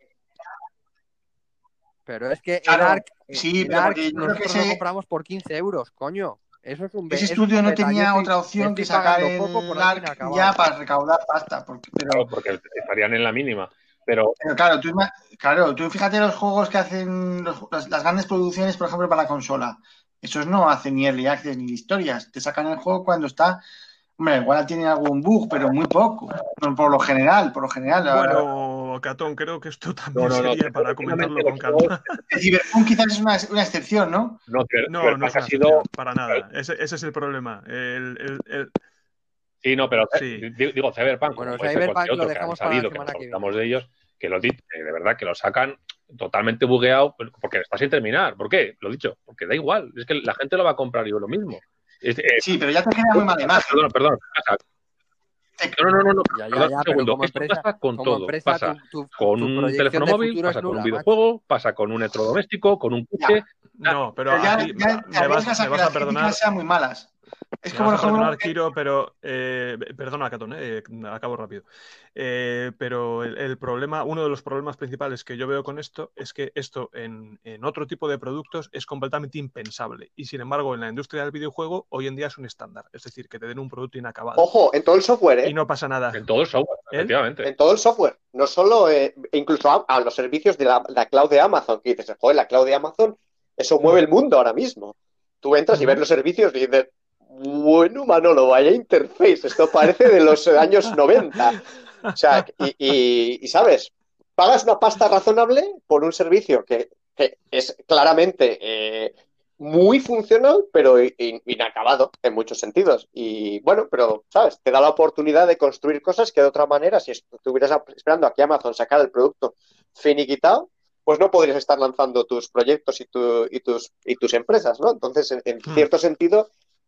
Speaker 2: Pero es que
Speaker 6: claro,
Speaker 2: el ARC,
Speaker 6: sí, pero porque
Speaker 2: nosotros lo compramos por 15 euros, coño. Eso es un
Speaker 6: Ese estudio no tenía otra opción que sacar el ARC ya para recaudar pasta.
Speaker 3: Claro, porque estarían en la mínima. Pero
Speaker 6: claro, tú fíjate los juegos que hacen las grandes producciones, por ejemplo, para la consola. Esos no hacen ni early access ni historias. Te sacan el juego cuando está. Hombre, igual tienen algún bug, pero muy poco. Por lo general.
Speaker 5: Bueno, Catón, creo que esto también sería para comentarlo con calma.
Speaker 6: El Cyberpunk quizás es una excepción, ¿no?
Speaker 5: No es una excepción, para nada. Ese es el problema.
Speaker 3: Sí, no, pero digo, Cyberpunk,
Speaker 2: bueno, Cyberpunk lo dejamos para la semana que viene.
Speaker 3: Hablamos de ellos, que de verdad que lo sacan totalmente bugueado, porque está sin terminar. ¿Por qué? Lo he dicho, porque da igual. Es que la gente lo va a comprar y yo lo mismo.
Speaker 6: Sí, pero ya te queda muy mala imagen.
Speaker 3: Perdón. No.
Speaker 2: Ya,
Speaker 3: un segundo.
Speaker 2: Como empresa,
Speaker 3: pasa con todo.
Speaker 2: Empresa,
Speaker 3: pasa con un teléfono móvil, pasa con un videojuego, pasa con un electrodoméstico, con un coche.
Speaker 5: No, pero aquí me vas a perdonar.
Speaker 6: Sean muy malas.
Speaker 5: Es como vas a perdonar, Kiro, pero perdona, Catón, acabo rápido. Pero el problema, uno de los problemas principales que yo veo con esto es que esto en otro tipo de productos es completamente impensable. Y sin embargo, en la industria del videojuego hoy en día es un estándar. Es decir, que te den un producto inacabado.
Speaker 4: Ojo, en todo el software, ¿eh?
Speaker 5: Y no pasa nada.
Speaker 3: En todo el software, efectivamente.
Speaker 4: En todo el software. No solo, incluso a los servicios de la cloud de Amazon, que dices, joder, la cloud de Amazon, eso mueve el mundo ahora mismo. Tú entras y ves los servicios y dices, bueno, Manolo, vaya interface, esto parece de los años 90. O sea, y ¿sabes? pagas una pasta razonable por un servicio que es claramente muy funcional, pero inacabado en muchos sentidos. Y bueno, pero, ¿sabes? Te da la oportunidad de construir cosas que de otra manera, si estuvieras esperando a que Amazon sacara el producto finiquitado, pues no podrías estar lanzando tus proyectos y tus empresas, ¿no? Entonces, en cierto sentido,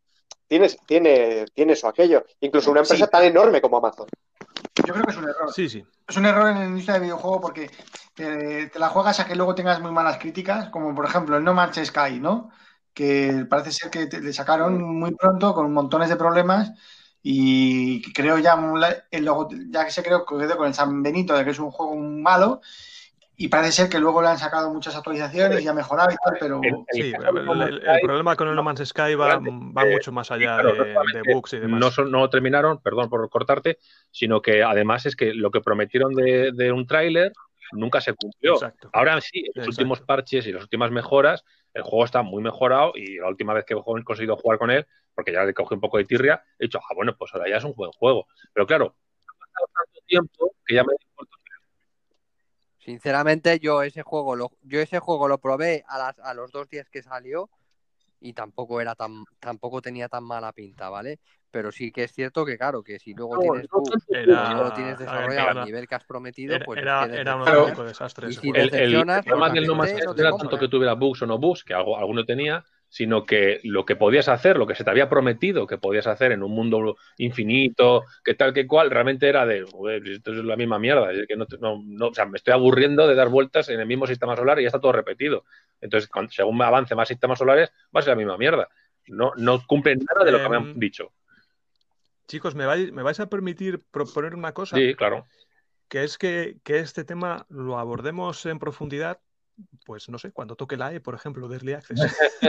Speaker 4: tiene eso, aquello. Incluso una empresa tan enorme como Amazon.
Speaker 6: Yo creo que es un error.
Speaker 5: Sí.
Speaker 6: Es un error en la industria del videojuego porque te la juegas a que luego tengas muy malas críticas, como por ejemplo el No Man's Sky, ¿no? Que parece ser que le sacaron muy pronto con montones de problemas y creo ya que se quedó con el San Benito de que es un juego malo y parece ser que luego le han sacado muchas actualizaciones y ha mejorado y tal, pero...
Speaker 5: Sí, el problema con el No Man's Sky va mucho más allá de bugs y demás.
Speaker 3: No terminaron, perdón por cortarte, sino que además es que lo que prometieron de un tráiler nunca se cumplió.
Speaker 5: Exacto.
Speaker 3: Ahora sí, en los últimos parches y las últimas mejoras, el juego está muy mejorado y la última vez que he conseguido jugar con él, porque ya le cogí un poco de tirria, he dicho, bueno, pues ahora ya es un buen juego. Pero claro, ha pasado tanto tiempo que ya me importa.
Speaker 2: Sinceramente, yo ese juego lo probé a los 2 días que salió y tampoco tenía tan mala pinta, ¿vale? Pero sí que es cierto que, claro, que si luego tienes bugs o no lo tienes desarrollado al nivel que has prometido, pues
Speaker 5: era un auténtico desastre.
Speaker 2: Y
Speaker 5: ese
Speaker 2: si
Speaker 5: juego.
Speaker 2: decepcionas,
Speaker 3: el problema
Speaker 2: pues
Speaker 3: del No Man's Sky no era tanto que tuviera bugs o no bugs, que alguno tenía, sino que lo que podías hacer, lo que se te había prometido que podías hacer en un mundo infinito, que tal que cual, realmente era de, joder, esto es la misma mierda, es que o sea, me estoy aburriendo de dar vueltas en el mismo sistema solar y ya está todo repetido. Entonces, según me avance más sistemas solares, va a ser la misma mierda. No cumplen nada de lo que me han dicho.
Speaker 5: Chicos, ¿me vais a permitir proponer una cosa?
Speaker 3: Sí, claro.
Speaker 5: Que es que este tema lo abordemos en profundidad, pues no sé, cuando toque la por ejemplo, de Early Access.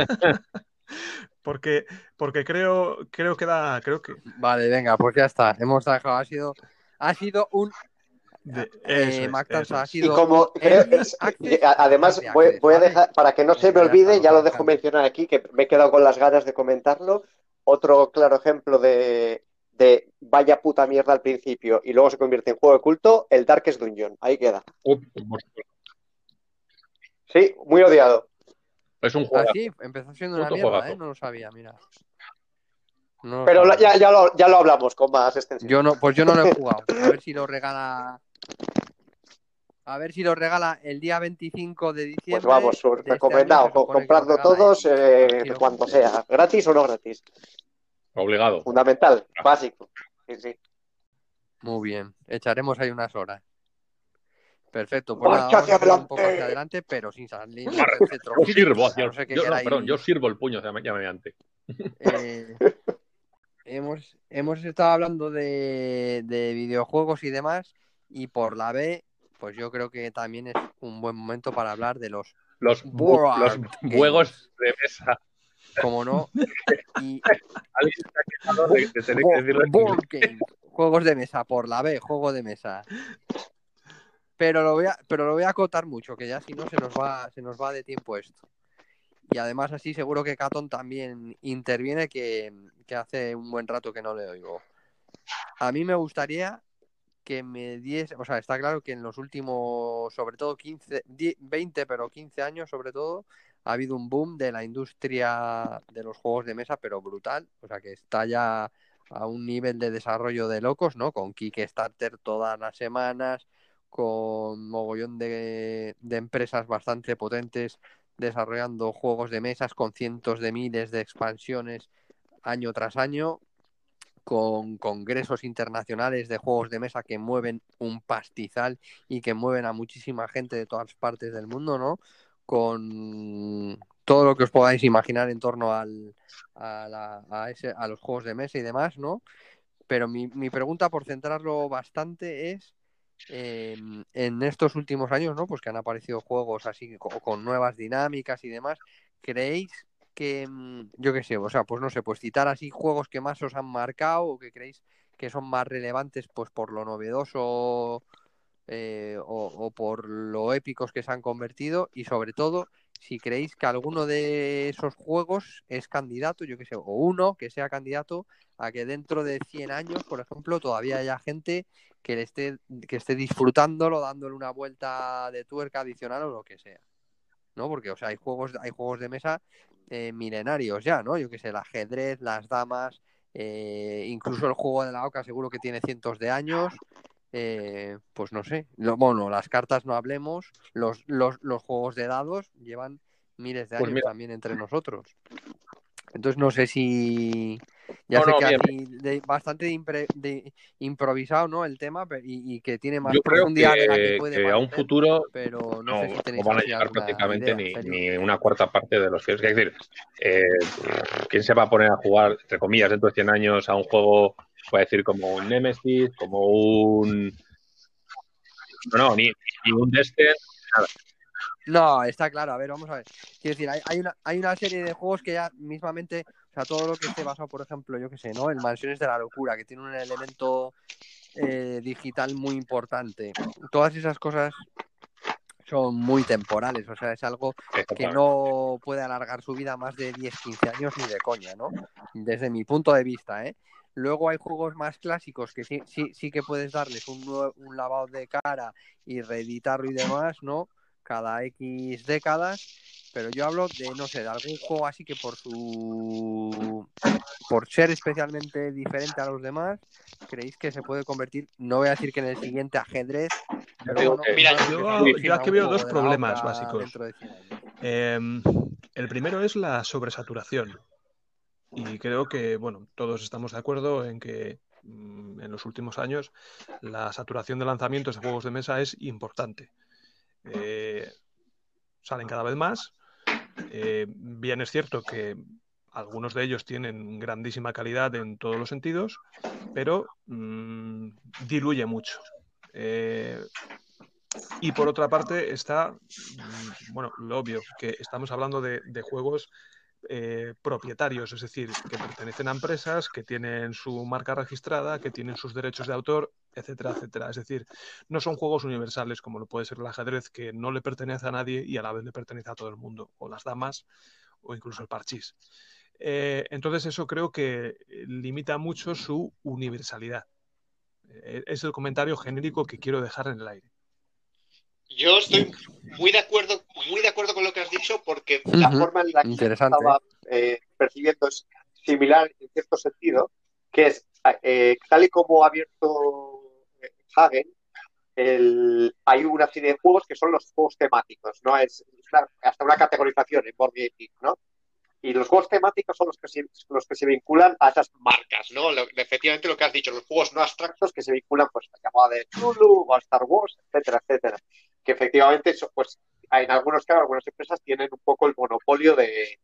Speaker 5: porque creo que...
Speaker 2: Vale, venga, pues ya está. Hemos dejado, ha sido un...
Speaker 5: Mactanza,
Speaker 2: ha sido
Speaker 4: y como además voy a dejar, para que no se me olvide, ya lo dejo mencionar aquí, que me he quedado con las ganas de comentarlo, otro claro ejemplo de vaya puta mierda al principio y luego se convierte en juego de culto, el Darkest Dungeon, ahí queda. Sí, muy odiado.
Speaker 3: Es un juego.
Speaker 2: Ah, sí, empezó siendo una mierda, no lo sabía, mira.
Speaker 4: No pero ya lo hablamos con más extensión.
Speaker 2: Yo no lo he jugado. A ver si lo regala. A ver si lo regala el día 25 de diciembre.
Speaker 4: Pues vamos, recomendado, compradlo todos cuando sea, gratis o no gratis.
Speaker 3: Obligado.
Speaker 4: Fundamental, básico. Sí.
Speaker 2: Muy bien, echaremos ahí unas horas. Perfecto, pues nada, vamos a hacer un poco hacia adelante, pero sin salir del centro.
Speaker 3: Yo sirvo el puño ya mediante.
Speaker 2: Hemos estado hablando de videojuegos y demás, y por la B, pues yo creo que también es un buen momento para hablar de los
Speaker 3: juegos de mesa.
Speaker 2: Como no. Y
Speaker 3: alguien se ha quejado de tener que decirlo.
Speaker 2: Board games, juegos de mesa, por la B, juego de mesa. Pero lo voy a acotar mucho, que ya si no se nos va de tiempo esto. Y además así seguro que Catón también interviene, que hace un buen rato que no le oigo. A mí me gustaría que me diese, o sea, está claro que en los últimos, sobre todo 20, pero 15 años sobre todo, ha habido un boom de la industria de los juegos de mesa, pero brutal. O sea, que está ya a un nivel de desarrollo de locos, ¿no? Con Kickstarter todas las semanas, con mogollón de empresas bastante potentes desarrollando juegos de mesas con cientos de miles de expansiones año tras año, con congresos internacionales de juegos de mesa que mueven un pastizal y que mueven a muchísima gente de todas partes del mundo, ¿no? Con todo lo que os podáis imaginar en torno a los juegos de mesa y demás, ¿no? Pero mi pregunta, por centrarlo bastante, es en estos últimos años, ¿no? Pues que han aparecido juegos así con nuevas dinámicas y demás. ¿Creéis que, yo qué sé, o sea, pues no sé, pues citar así juegos que más os han marcado o que creéis que son más relevantes pues por lo novedoso o por lo épicos que se han convertido, y sobre todo si creéis que alguno de esos juegos es candidato, yo que sé, o uno que sea candidato a que dentro de 100 años, por ejemplo, todavía haya gente que esté disfrutándolo, dándole una vuelta de tuerca adicional o lo que sea, ¿no? Porque, o sea, hay juegos de mesa milenarios ya, ¿no? Yo que sé, el ajedrez, las damas, incluso el juego de la oca seguro que tiene cientos de años. Pues no sé, bueno, las cartas no hablemos, los juegos de dados llevan miles de
Speaker 3: Pues
Speaker 2: años
Speaker 3: mira,
Speaker 2: también entre nosotros. Entonces no sé si... Ya
Speaker 3: no,
Speaker 2: sé
Speaker 3: no,
Speaker 2: que
Speaker 3: bien.
Speaker 2: así bastante de improvisado, ¿no? El tema, y que tiene más
Speaker 3: Yo creo
Speaker 2: profundidad de la que puede
Speaker 3: que a un
Speaker 2: parecer,
Speaker 3: futuro
Speaker 2: pero no sé
Speaker 3: no,
Speaker 2: si
Speaker 3: no
Speaker 2: tenéis
Speaker 3: van a
Speaker 2: así
Speaker 3: llegar
Speaker 2: alguna
Speaker 3: prácticamente
Speaker 2: idea, Sergio.
Speaker 3: ni una cuarta parte de los que... Es decir, eh, ¿quién se va a poner a jugar, entre comillas, dentro de 100 años a un juego, puede decir, como un Nemesis, como un... No, ni un Destiny, nada.
Speaker 2: No, está claro. A ver, vamos a ver. Quiero decir, hay una serie de juegos que ya mismamente, o sea, todo lo que esté basado, por ejemplo, yo qué sé, ¿no? El Mansiones de la Locura, que tiene un elemento digital muy importante. Todas esas cosas son muy temporales, o sea, es algo que
Speaker 3: Exactamente.
Speaker 2: no puede alargar su vida más de 10, 15 años ni de coña, ¿no? Desde mi punto de vista, ¿eh? Luego hay juegos más clásicos que sí que puedes darles un lavado de cara y reeditarlo y demás, ¿no? Cada X décadas, pero yo hablo de, no sé, de algún juego así que por ser especialmente diferente a los demás, creéis que se puede convertir, no voy a decir que en el siguiente ajedrez,
Speaker 3: Yo
Speaker 2: pero
Speaker 3: digo
Speaker 2: bueno,
Speaker 3: que
Speaker 2: en
Speaker 5: Mira,
Speaker 2: algo que se
Speaker 5: yo
Speaker 2: aproxima a
Speaker 5: aquí
Speaker 2: un
Speaker 5: veo dos
Speaker 2: juego de la
Speaker 5: problemas
Speaker 2: oca
Speaker 5: básicos.
Speaker 2: dentro de 100 años.
Speaker 5: El primero es la sobresaturación. Y creo que, bueno, todos estamos de acuerdo en que en los últimos años la saturación de lanzamientos de juegos de mesa es importante. Salen cada vez más. Bien es cierto que algunos de ellos tienen grandísima calidad en todos los sentidos, pero diluye mucho. Y por otra parte está, bueno, lo obvio, que estamos hablando de juegos propietarios, es decir, que pertenecen a empresas, que tienen su marca registrada, que tienen sus derechos de autor, etcétera, etcétera. Es decir, no son juegos universales como lo puede ser el ajedrez, que no le pertenece a nadie y a la vez le pertenece a todo el mundo, o las damas, o incluso el parchís. Entonces eso creo que limita mucho su universalidad. Es el comentario genérico que quiero dejar en el aire.
Speaker 4: Yo estoy muy de acuerdo con lo que has dicho, porque la forma en la que
Speaker 2: Interesante.
Speaker 4: estaba percibiendo es similar en cierto sentido, que es tal y como ha abierto Hagen, hay una serie de juegos que son los juegos temáticos, ¿no? Es hasta una categorización en Board Game Geek, ¿no? Y los juegos temáticos son los que se vinculan a esas marcas, ¿no? Efectivamente lo que has dicho, los juegos no abstractos que se vinculan pues a la llamada de Cthulhu o a Star Wars, etcétera, etcétera. Que efectivamente eso, pues en algunos casos algunas empresas tienen un poco el monopolio de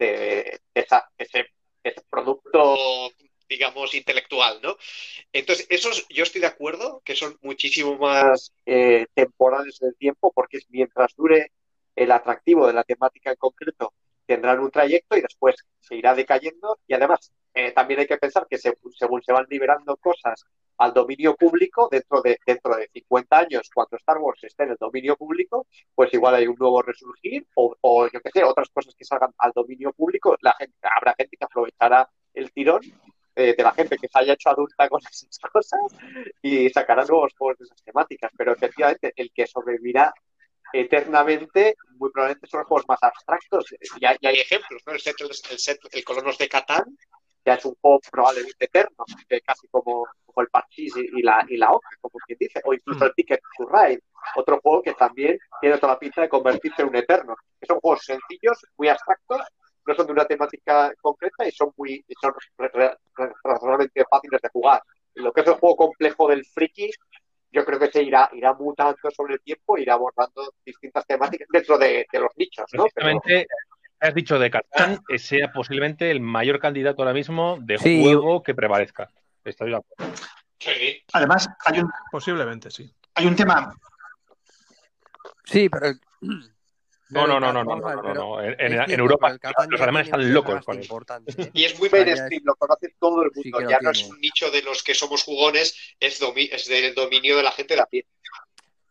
Speaker 4: ese producto, digamos, intelectual, ¿no? Entonces, esos yo estoy de acuerdo que son muchísimo más temporales del tiempo, porque es mientras dure el atractivo de la temática en concreto, tendrán un trayecto y después se irá decayendo. Y además, también hay que pensar que según se van liberando cosas al dominio público, dentro de 50 años, cuando Star Wars esté en el dominio público, pues igual hay un nuevo resurgir o yo qué sé, otras cosas que salgan al dominio público. Habrá gente que aprovechará el tirón de la gente que se haya hecho adulta con esas cosas y sacará nuevos juegos de esas temáticas. Pero efectivamente, el que sobrevivirá eternamente, muy probablemente son los juegos más abstractos. Y hay ejemplos, ¿no? El Colonos de Catán, ya es un juego probablemente eterno, casi como el Parchís y la Oca, como quien dice, o incluso el Ticket to Ride, otro juego que también tiene toda la pinta de convertirse en un eterno. Son juegos sencillos, muy abstractos, no son de una temática concreta y son razonablemente fáciles de jugar. Lo que es el juego complejo del friki, yo creo que se irá mutando sobre el tiempo, irá abordando distintas temáticas dentro de los nichos, ¿no?
Speaker 3: Precisamente, has dicho de Catán, sea posiblemente el mayor candidato ahora mismo de
Speaker 2: Sí.
Speaker 3: juego que prevalezca. Estoy de acuerdo.
Speaker 4: Sí.
Speaker 6: Además,
Speaker 5: Posiblemente, sí.
Speaker 6: Hay un tema.
Speaker 2: Sí, pero...
Speaker 3: No.
Speaker 2: vamos a ver, pero
Speaker 3: En
Speaker 2: es cierto,
Speaker 3: Europa
Speaker 2: pero el Catán
Speaker 3: los
Speaker 2: ya
Speaker 3: alemanes
Speaker 2: tiene un
Speaker 3: están locos
Speaker 2: desgaste
Speaker 3: con él.
Speaker 2: importante, ¿eh?
Speaker 4: Y es muy
Speaker 2: O sea, ya
Speaker 4: mainstream, lo conoce todo el
Speaker 2: sí
Speaker 4: mundo.
Speaker 2: que lo
Speaker 4: Ya no
Speaker 2: tiene.
Speaker 4: es un nicho de los que somos jugones, es del dominio de la gente de a pie.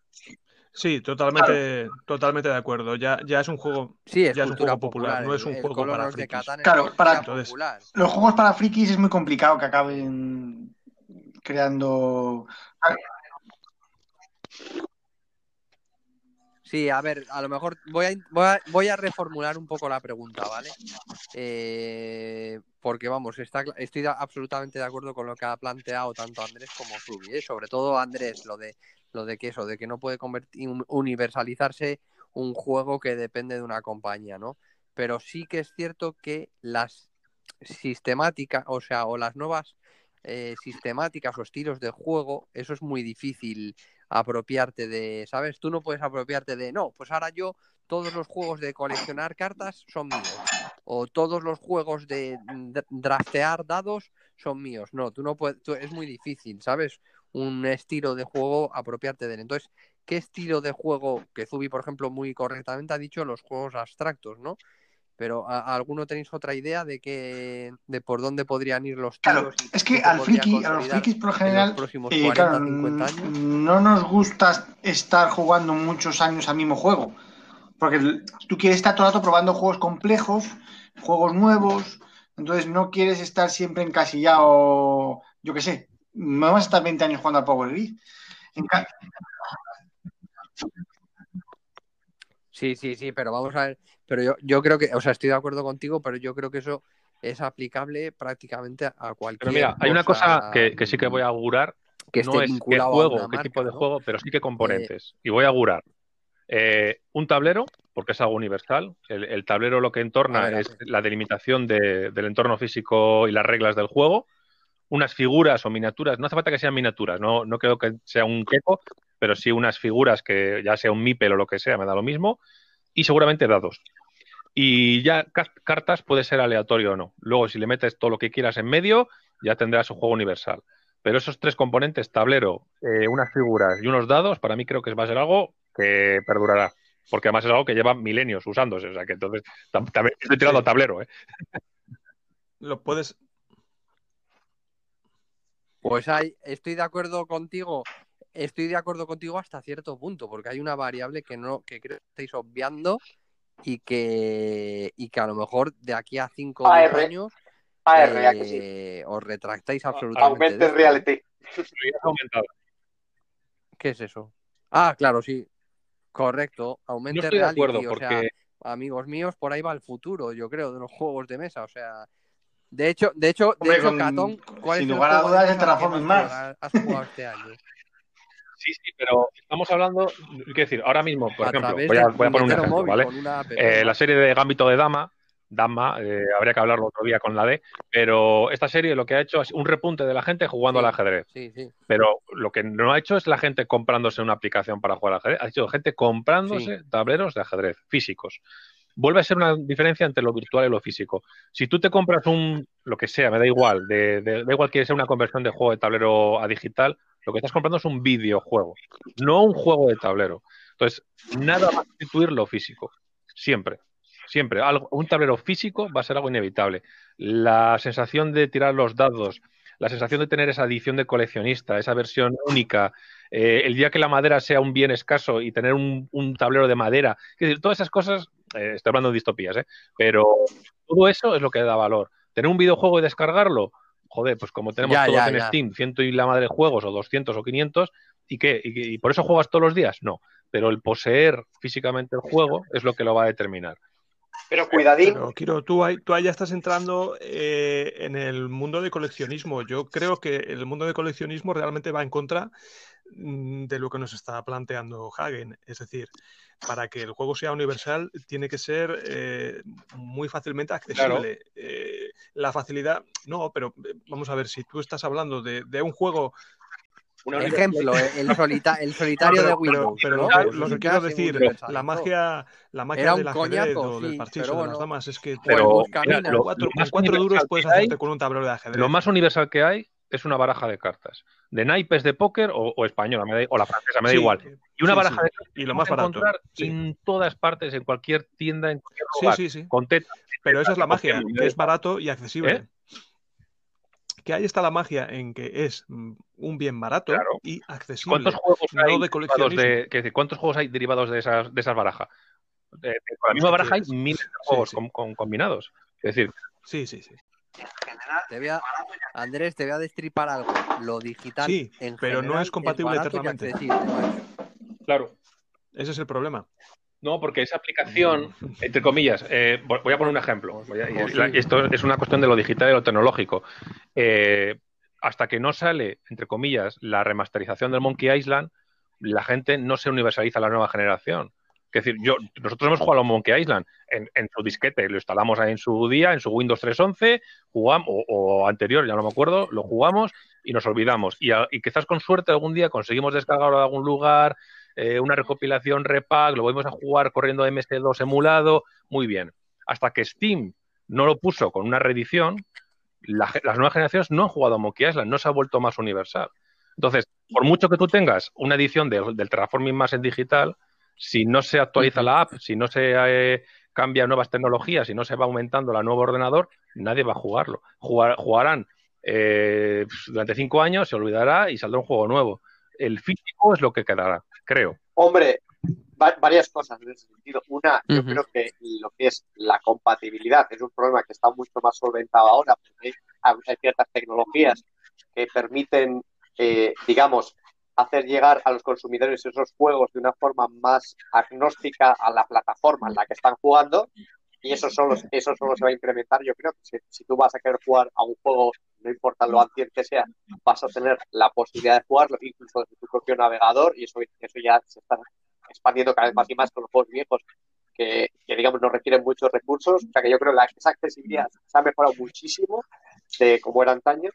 Speaker 5: Sí, totalmente de acuerdo. Ya es un juego,
Speaker 2: Sí, es
Speaker 5: ya es un
Speaker 2: cultura
Speaker 5: juego popular, no es un
Speaker 2: El
Speaker 5: juego para
Speaker 2: Colonels de
Speaker 5: frikis.
Speaker 2: Catán es
Speaker 6: Claro,
Speaker 2: cultura
Speaker 6: para
Speaker 5: Entonces,
Speaker 2: popular.
Speaker 6: los juegos para frikis es muy complicado que acaben creando.
Speaker 2: Sí, a ver, a lo mejor voy a reformular un poco la pregunta, ¿vale? Porque vamos, estoy absolutamente de acuerdo con lo que ha planteado tanto Andrés como Zubi, ¿eh? Sobre todo Andrés, lo de que no puede universalizarse un juego que depende de una compañía, ¿no? Pero sí que es cierto que las sistemáticas, o sea, o las nuevas sistemáticas o estilos de juego, eso es muy difícil apropiarte de, ¿sabes? Tú no puedes apropiarte de, no, pues ahora todos los juegos de coleccionar cartas son míos, o todos los juegos de draftear dados son míos. No, tú no puedes, es muy difícil, ¿sabes? Un estilo de juego apropiarte de él. Entonces, ¿qué estilo de juego, que Zubi, por ejemplo, muy correctamente ha dicho, los juegos abstractos, ¿no? Pero ¿alguno tenéis otra idea de por dónde podrían ir los
Speaker 6: Claro,
Speaker 2: tiros y
Speaker 6: es
Speaker 2: qué
Speaker 6: que
Speaker 2: se podría
Speaker 6: a los
Speaker 2: consolidar
Speaker 6: frikis por lo
Speaker 2: en los
Speaker 6: general,
Speaker 2: próximos
Speaker 6: claro,
Speaker 2: 40, 50 años?
Speaker 6: no nos gusta estar jugando muchos años al mismo juego. Porque tú quieres estar todo el rato probando juegos complejos, juegos nuevos, entonces no quieres estar siempre encasillado, yo qué sé, no vas a estar 20 años jugando al Power Grid.
Speaker 2: Sí, pero vamos a ver, pero yo creo que, o sea, estoy de acuerdo contigo, pero yo creo que eso es aplicable prácticamente a
Speaker 3: Pero
Speaker 2: cualquier
Speaker 3: mira, hay una cosa
Speaker 2: cosa
Speaker 3: que sí que voy a augurar,
Speaker 2: que esté
Speaker 3: no es qué
Speaker 2: vinculado a
Speaker 3: juego,
Speaker 2: una
Speaker 3: qué tipo
Speaker 2: marca,
Speaker 3: de
Speaker 2: ¿no?
Speaker 3: juego, pero sí qué componentes. Y voy a augurar un tablero, porque es algo universal. El tablero lo que
Speaker 2: A
Speaker 3: entorna
Speaker 2: ver,
Speaker 3: es la delimitación del entorno físico y las reglas del juego. Unas figuras o miniaturas, no hace falta que sean miniaturas, no creo que sea un queco, pero sí unas figuras que ya sea un mipel o lo que sea, me da lo mismo. Y seguramente dados. Y ya cartas puede ser aleatorio o no. Luego, si le metes todo lo que quieras en medio, ya tendrás un juego universal. Pero esos tres componentes, tablero, unas figuras y unos dados, para mí creo que va a ser algo que perdurará. Porque además es algo que lleva milenios usándose. O sea que entonces también estoy tirando a tablero, ¿eh?
Speaker 5: Lo puedes.
Speaker 2: pues estoy de acuerdo contigo. Estoy de acuerdo contigo hasta cierto punto, porque hay una variable que creo que estáis obviando y que a lo mejor de aquí a 5 o 10
Speaker 4: AR,
Speaker 2: años
Speaker 4: AR, ¿a que sí?
Speaker 2: os retractáis absolutamente de
Speaker 4: Augmented
Speaker 2: esto, ¿eh?
Speaker 4: Reality.
Speaker 3: Realidad aumentada.
Speaker 2: ¿Qué es eso? Ah, claro, sí, correcto.
Speaker 3: No
Speaker 2: Augmented
Speaker 3: estoy de acuerdo
Speaker 2: reality, o sea,
Speaker 3: porque
Speaker 2: amigos míos, por ahí va el futuro, yo creo, de los juegos de mesa. O sea, de
Speaker 6: Hombre,
Speaker 2: hecho, Catón, ¿cuál
Speaker 6: sin
Speaker 2: es el
Speaker 6: lugar a
Speaker 2: juego de
Speaker 6: dudas, el
Speaker 2: mesa al que
Speaker 6: Terraforming
Speaker 2: más
Speaker 6: Mars.
Speaker 2: has jugado este año?
Speaker 3: sí, pero estamos hablando, quiero decir, ahora mismo, por
Speaker 2: A
Speaker 3: ejemplo,
Speaker 2: través
Speaker 3: voy
Speaker 2: de
Speaker 3: a poner un
Speaker 2: puñetero
Speaker 3: ejemplo,
Speaker 2: móvil
Speaker 3: ¿vale?
Speaker 2: con una app,
Speaker 3: La
Speaker 2: macho.
Speaker 3: serie de Gambito de Dama, habría que hablarlo otro día con la D, pero esta serie lo que ha hecho es un repunte de la gente jugando al
Speaker 2: Sí,
Speaker 3: ajedrez.
Speaker 2: sí.
Speaker 3: Pero lo que no ha hecho es la gente comprándose una aplicación para jugar al ajedrez, ha hecho gente comprándose tableros de ajedrez físicos. Vuelve a ser una diferencia entre lo virtual y lo físico. Si tú te compras lo que sea, me da igual, da igual que sea una conversión de juego de tablero a digital, lo que estás comprando es un videojuego, no un juego de tablero. Entonces, nada va a sustituir lo físico. Siempre. Siempre. Un tablero físico va a ser algo inevitable. La sensación de tirar los dados, la sensación de tener esa edición de coleccionista, esa versión única, el día que la madera sea un bien escaso y tener un tablero de madera, es decir, todas esas cosas, estoy hablando de distopías, pero todo eso es lo que da valor. Tener un videojuego y descargarlo, joder, pues como tenemos todos en Steam, 100 y la madre juegos, o 200 o 500, ¿y qué? ¿Y por eso juegas todos los días? No, pero el poseer físicamente el juego es lo que lo va a determinar.
Speaker 4: Pero cuidadín.
Speaker 5: Pero, Kiro, tú ahí ya estás entrando en el mundo de coleccionismo. Yo creo que el mundo de coleccionismo realmente va en contra de lo que nos está planteando Hagen. Es decir, para que el juego sea universal tiene que ser muy fácilmente accesible.
Speaker 3: Claro.
Speaker 5: La facilidad, no, pero vamos a ver, si tú estás hablando de un juego...
Speaker 2: Ejemplo, el solitario de Windows.
Speaker 5: Pero
Speaker 2: ¿no?
Speaker 5: lo que quiero decir, la magia del ajedrez o del parchís o de las damas es que
Speaker 3: pero
Speaker 2: mira,
Speaker 5: con 4 duros puedes hacerte con un tablero de ajedrez.
Speaker 3: Lo más universal que hay es una baraja de cartas. De naipes de póker o española, o la francesa, me da igual. Y una baraja de cartas
Speaker 5: y lo más barato,
Speaker 3: encontrar en todas partes, en cualquier tienda, en cualquier lugar.
Speaker 5: Sí.
Speaker 3: Con tetas.
Speaker 5: Pero esa es la magia, que es barato y accesible. que ahí está la magia en que es un bien barato
Speaker 3: Claro.
Speaker 5: y accesible,
Speaker 3: ¿Cuántos juegos
Speaker 5: no
Speaker 3: hay
Speaker 5: de
Speaker 3: derivados
Speaker 5: coleccionismo.
Speaker 3: ¿cuántos juegos hay derivados de esas barajas? Con la misma baraja hay
Speaker 5: quieras.
Speaker 3: miles de
Speaker 5: Sí,
Speaker 3: juegos
Speaker 5: sí.
Speaker 3: combinados. Es decir,
Speaker 5: Sí, sí, sí.
Speaker 2: Andrés, te voy a destripar algo. Lo digital
Speaker 5: Sí,
Speaker 2: en
Speaker 5: pero no
Speaker 2: general
Speaker 5: es compatible
Speaker 2: barato y
Speaker 5: eternamente.
Speaker 2: accesible, macho.
Speaker 3: claro,
Speaker 5: Ese es el problema.
Speaker 3: no, porque esa aplicación, entre comillas, voy a poner un ejemplo. Esto es una cuestión de lo digital y lo tecnológico. Hasta que no sale, entre comillas, la remasterización del Monkey Island, la gente no se universaliza a la nueva generación. Es decir, nosotros hemos jugado a Monkey Island en su disquete, lo instalamos ahí en su día, en su Windows 3.11, jugamos, o anterior, ya no me acuerdo, lo jugamos y nos olvidamos. Y quizás con suerte algún día conseguimos descargarlo de algún lugar, una recopilación repack, lo volvemos a jugar corriendo MS2 emulado, muy bien. Hasta que Steam no lo puso con una reedición, las nuevas generaciones no han jugado a Monkey Island, no se ha vuelto más universal. Entonces, por mucho que tú tengas una edición del Terraforming Mars en digital, si no se actualiza la app, si no se cambia nuevas tecnologías, si no se va aumentando la nuevo ordenador, nadie va a jugarlo. Jugarán durante 5 años, se olvidará y saldrá un juego nuevo. El físico es lo que quedará, creo.
Speaker 4: Hombre, varias cosas en ese sentido. Una, yo creo que lo que es la compatibilidad es un problema que está mucho más solventado ahora, porque hay ciertas tecnologías que permiten, digamos, hacer llegar a los consumidores esos juegos de una forma más agnóstica a la plataforma en la que están jugando, y eso solo se va a incrementar. Yo creo que si tú vas a querer jugar a un juego, no importa lo antes que sea, vas a tener la posibilidad de jugarlo incluso desde tu propio navegador, y eso ya se está expandiendo cada vez más y más con los juegos viejos que digamos no requieren muchos recursos. O sea que yo creo que esa accesibilidad se ha mejorado muchísimo de cómo era antaño.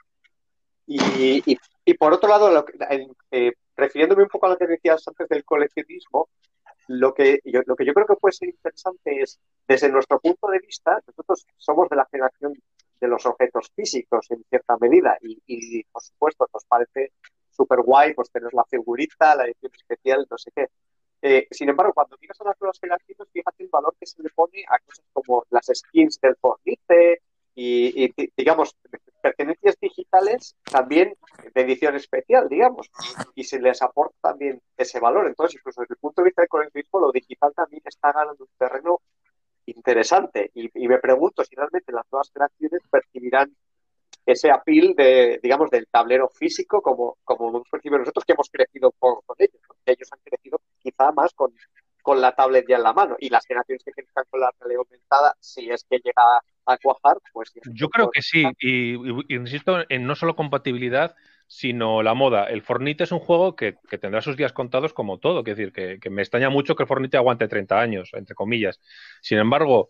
Speaker 4: Y por otro lado, refiriéndome un poco a lo que decías antes del coleccionismo, lo que yo creo que puede ser interesante es, desde nuestro punto de vista, nosotros somos de la generación de los objetos físicos en cierta medida y por supuesto nos parece súper guay pues tener la figurita, la edición especial, no sé qué. Sin embargo, cuando miras a las nuevas generaciones, fíjate el valor que se le pone a cosas como las skins del Fortnite y digamos, pertenencias digitales también de edición especial, digamos, y se les aporta también ese valor. Entonces, incluso desde el punto de vista del coleccionismo, lo digital también está ganando un terreno interesante. Y me pregunto si realmente las nuevas generaciones percibirán ese appeal digamos, del tablero físico como hemos percibido nosotros que hemos crecido con ellos, porque ellos han crecido quizá más con la tablet ya en la mano, y las generaciones que crezcan con la realidad aumentada, si es que llega a cuajar, pues...
Speaker 3: Yo creo que sí, y insisto en no solo compatibilidad, sino la moda. El Fortnite es un juego que tendrá sus días contados como todo, es decir, que me extraña mucho que el Fortnite aguante 30 años, entre comillas. Sin embargo,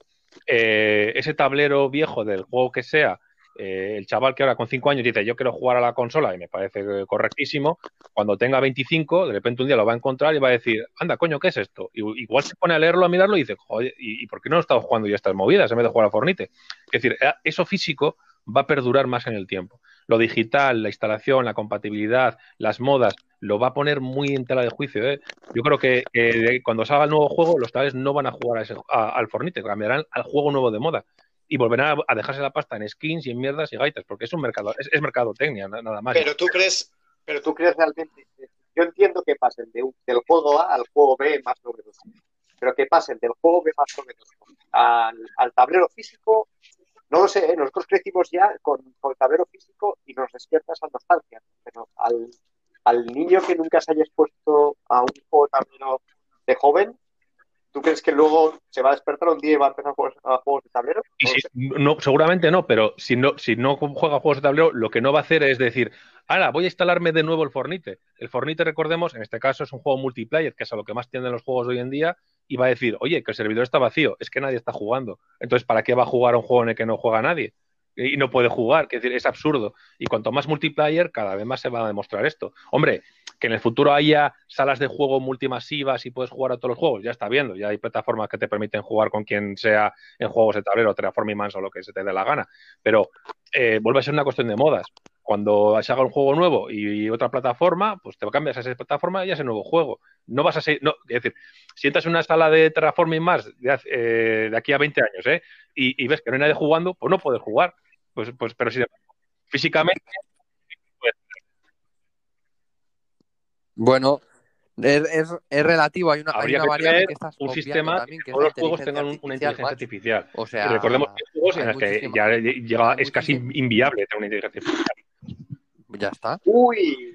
Speaker 3: ese tablero viejo del juego que sea, el chaval que ahora con 5 años dice yo quiero jugar a la consola y me parece correctísimo, cuando tenga 25, de repente un día lo va a encontrar y va a decir, anda, coño, ¿qué es esto? Y igual se pone a leerlo, a mirarlo y dice, joder, ¿y por qué no he estado jugando ya estas movidas en vez de jugar a Fortnite? Es decir, eso físico va a perdurar más en el tiempo. Lo digital, la instalación, la compatibilidad, las modas, lo va a poner muy en tela de juicio. Yo creo que cuando salga el nuevo juego, los chavales no van a jugar al Fortnite, cambiarán al juego nuevo de moda y volverán a dejarse la pasta en skins y en mierdas y gaitas, porque es un mercado, es mercadotecnia, nada más.
Speaker 4: Pero tú crees realmente, yo entiendo que pasen del juego A al juego B más novedoso, pero que pasen del juego B más novedoso al tablero físico, no lo sé, nosotros crecimos ya con el tablero físico y nos despierta esa nostalgia, pero al niño que nunca se haya expuesto a un juego tablero de joven, ¿tú crees que luego se va a despertar un día y va a empezar a juegos de tablero?
Speaker 3: No, seguramente no, pero si no juega juegos de tablero, lo que no va a hacer es decir, ahora voy a instalarme de nuevo el Fortnite. El Fortnite, recordemos, en este caso es un juego multiplayer, que es a lo que más tienden los juegos de hoy en día, y va a decir, oye, que el servidor está vacío, es que nadie está jugando. Entonces, ¿para qué va a jugar a un juego en el que no juega nadie? Y no puede jugar, es decir, es absurdo. Y cuanto más multiplayer, cada vez más se va a demostrar esto. Hombre, que en el futuro haya salas de juego multimasivas y puedes jugar a todos los juegos, ya está viendo, ya hay plataformas que te permiten jugar con quien sea en juegos de tablero, Terraforming Mars o lo que se te dé la gana, pero vuelve a ser una cuestión de modas. Cuando se haga un juego nuevo y otra plataforma, pues te cambias a esa plataforma y a ese nuevo juego. No vas a ser, no, es decir, si entras en una sala de Terraforming Mars de aquí a 20 años y ves que no hay nadie jugando, pues no puedes jugar. Pues pero si físicamente, pues,
Speaker 2: Bueno, es relativo, hay
Speaker 3: habría
Speaker 2: una
Speaker 3: que
Speaker 2: variable
Speaker 3: tener
Speaker 2: que estás
Speaker 3: un
Speaker 2: obviando
Speaker 3: sistema que
Speaker 2: también, que es
Speaker 3: todos
Speaker 2: la
Speaker 3: los juegos
Speaker 2: inteligencia
Speaker 3: tengan una
Speaker 2: artificial,
Speaker 3: inteligencia
Speaker 2: macho.
Speaker 3: artificial.
Speaker 2: O
Speaker 3: Y recordemos
Speaker 2: sea,
Speaker 3: que hay juegos en
Speaker 2: hay
Speaker 3: los que
Speaker 2: muchísima,
Speaker 3: ya llega,
Speaker 2: hay
Speaker 3: es casi
Speaker 2: muchísima,
Speaker 3: inviable tener una inteligencia artificial.
Speaker 2: ya está.
Speaker 4: Uy,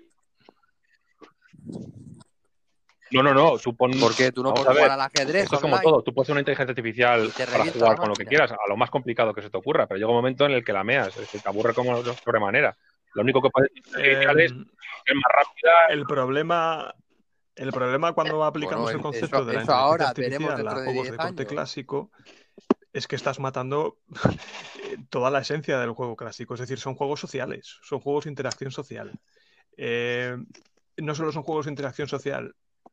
Speaker 3: No, tú pon,
Speaker 2: Porque tú no
Speaker 3: vamos
Speaker 2: puedes
Speaker 3: a
Speaker 2: jugar
Speaker 3: ver,
Speaker 2: al ajedrez
Speaker 3: esto es como
Speaker 2: online
Speaker 3: todo, tú puedes tener una inteligencia artificial
Speaker 2: y te
Speaker 3: para
Speaker 2: revienta la
Speaker 3: jugar con lo que
Speaker 2: máquina.
Speaker 3: quieras, a lo más complicado que se te ocurra, pero llega un momento en el que la meas, es que te aburre como de sobremanera. Lo único que puedes artificial es más rápida.
Speaker 5: El problema cuando aplicamos el concepto de la
Speaker 2: Eso
Speaker 5: inteligencia
Speaker 2: ahora veremos
Speaker 5: artificial a
Speaker 2: dentro de
Speaker 5: juegos
Speaker 2: 10
Speaker 5: de corte
Speaker 2: años.
Speaker 5: clásico es que estás matando toda la esencia del juego clásico. Es decir, son juegos sociales, son juegos de interacción social. No solo son juegos de interacción social.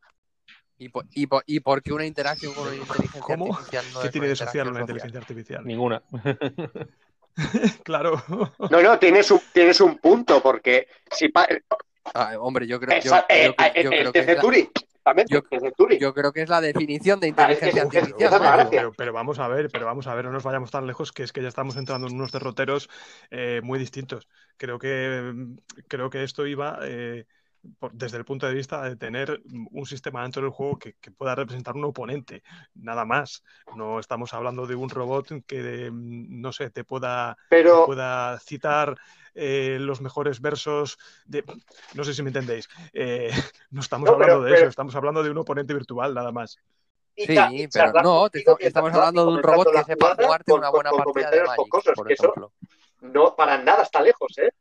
Speaker 2: ¿Y por qué una interacción con una inteligencia
Speaker 5: ¿Cómo?
Speaker 2: artificial no
Speaker 5: ¿Qué
Speaker 2: es
Speaker 5: tiene
Speaker 2: una
Speaker 5: de social
Speaker 2: interacción
Speaker 5: una
Speaker 2: social?
Speaker 5: inteligencia artificial?
Speaker 3: Ninguna.
Speaker 5: Claro.
Speaker 4: no, tienes un punto, porque si
Speaker 2: Hombre, yo creo
Speaker 4: el
Speaker 2: que es
Speaker 4: TC Turing, exactamente, el TC Turing.
Speaker 2: yo creo que es la definición de
Speaker 4: Es
Speaker 2: inteligencia
Speaker 4: que
Speaker 2: artificial,
Speaker 4: esa es la
Speaker 2: macho.
Speaker 4: gracia.
Speaker 5: Pero vamos a ver, no nos vayamos tan lejos, que es que ya estamos entrando en unos derroteros muy distintos. Creo que esto iba desde el punto de vista de tener un sistema dentro del juego que pueda representar un oponente, nada más. No estamos hablando de un robot que, no sé, te pueda citar los mejores versos de... No sé si me entendéis. No estamos hablando de eso, estamos hablando de un oponente virtual, nada más.
Speaker 2: Sí, pero no, estamos hablando de un robot que sepa jugarte una buena
Speaker 4: con
Speaker 2: partida de
Speaker 4: comentarios
Speaker 2: Magic,
Speaker 4: jocosos,
Speaker 2: por
Speaker 4: que eso
Speaker 2: ejemplo.
Speaker 4: no para nada está lejos, ¿eh?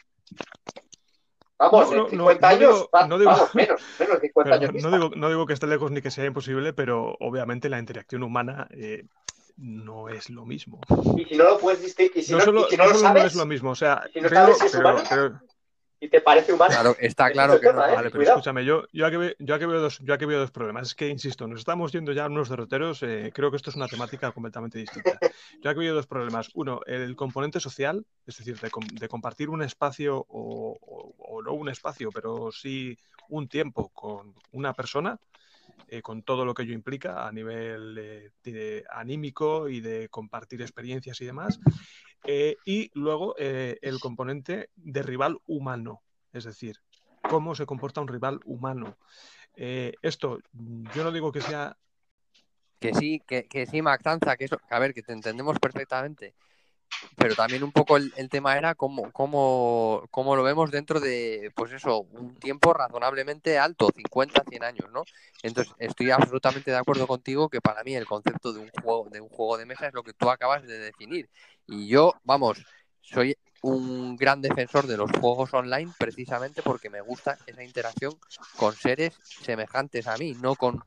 Speaker 4: Vamos, en 50 años, vamos, menos de 50 años vista.
Speaker 5: No digo que esté lejos ni que sea imposible, pero obviamente la interacción humana no es lo mismo.
Speaker 4: Y si no lo puedes distinguir, y si no lo sabes,
Speaker 5: no es lo mismo, o sea,
Speaker 4: si no sabes si es humano, y te parece humano.
Speaker 2: Claro, está claro que no.
Speaker 5: Vale, pero escúchame, yo aquí veo dos problemas. Es que, insisto, nos estamos yendo ya a unos derroteros. Creo que esto es una temática completamente distinta. Yo aquí veo dos problemas. Uno, el componente social, es decir, de compartir un espacio o no un espacio, pero sí un tiempo con una persona, con todo lo que ello implica a nivel anímico y de compartir experiencias y demás. Y luego el componente de rival humano, es decir, cómo se comporta un rival humano. Esto, yo no digo que sea...
Speaker 2: Que sí, Maxanza, que eso, a ver, que te entendemos perfectamente. Pero también un poco el tema era cómo lo vemos dentro de, pues eso, un tiempo razonablemente alto, 50, 100 años, ¿no? Entonces, estoy absolutamente de acuerdo contigo que para mí el concepto de un juego de mesa es lo que tú acabas de definir. Y yo, vamos, soy un gran defensor de los juegos online precisamente porque me gusta esa interacción con seres semejantes a mí, no con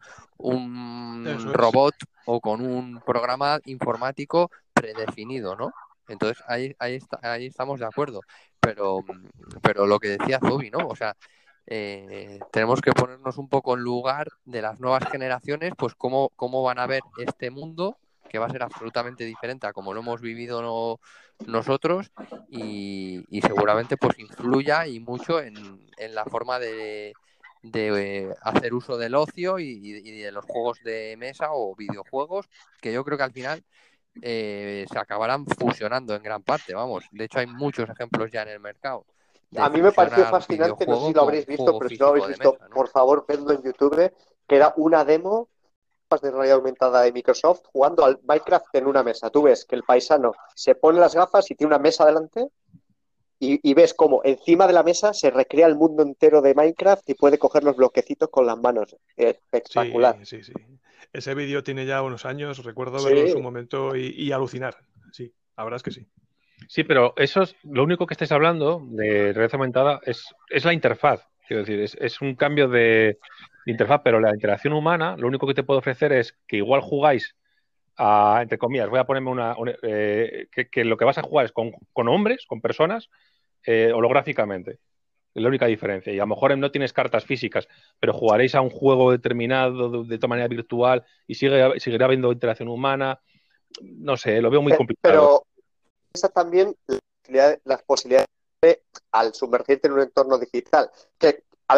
Speaker 2: un robot o con un programa informático predefinido, ¿no? Entonces ahí estamos de acuerdo, pero lo que decía Zubi, ¿no? O sea, tenemos que ponernos un poco en lugar de las nuevas generaciones, pues cómo van a ver este mundo, que va a ser absolutamente diferente a como lo hemos vivido nosotros, y seguramente pues influya y mucho en la forma de hacer uso del ocio y de los juegos de mesa o videojuegos, que yo creo que al final se acabarán fusionando en gran parte, vamos. De hecho, hay muchos ejemplos ya en el mercado.
Speaker 4: A mí me pareció fascinante, no sé si lo habréis visto, pero si no lo habéis visto, mesa, ¿no? Por favor, vedlo en YouTube, que era una demo de realidad aumentada de Microsoft jugando al Minecraft en una mesa. Tú ves que el paisano se pone las gafas y tiene una mesa delante y ves cómo encima de la mesa se recrea el mundo entero de Minecraft y puede coger los bloquecitos con las manos. Espectacular.
Speaker 5: Sí. Ese vídeo tiene ya unos años, recuerdo verlo en su momento y alucinar. Sí, la verdad es que sí.
Speaker 3: Sí, pero eso es lo único que estáis hablando de realidad aumentada es la interfaz. Quiero decir, es un cambio de interfaz, pero la interacción humana, lo único que te puedo ofrecer es que igual jugáis entre comillas, voy a ponerme que lo que vas a jugar es con hombres, con personas, holográficamente. Es la única diferencia. Y a lo mejor no tienes cartas físicas, pero jugaréis a un juego determinado de toda manera virtual y seguirá habiendo interacción humana. No sé, lo veo muy complicado.
Speaker 4: Pero esa también las posibilidades al sumergirte en un entorno digital. Que, a ver,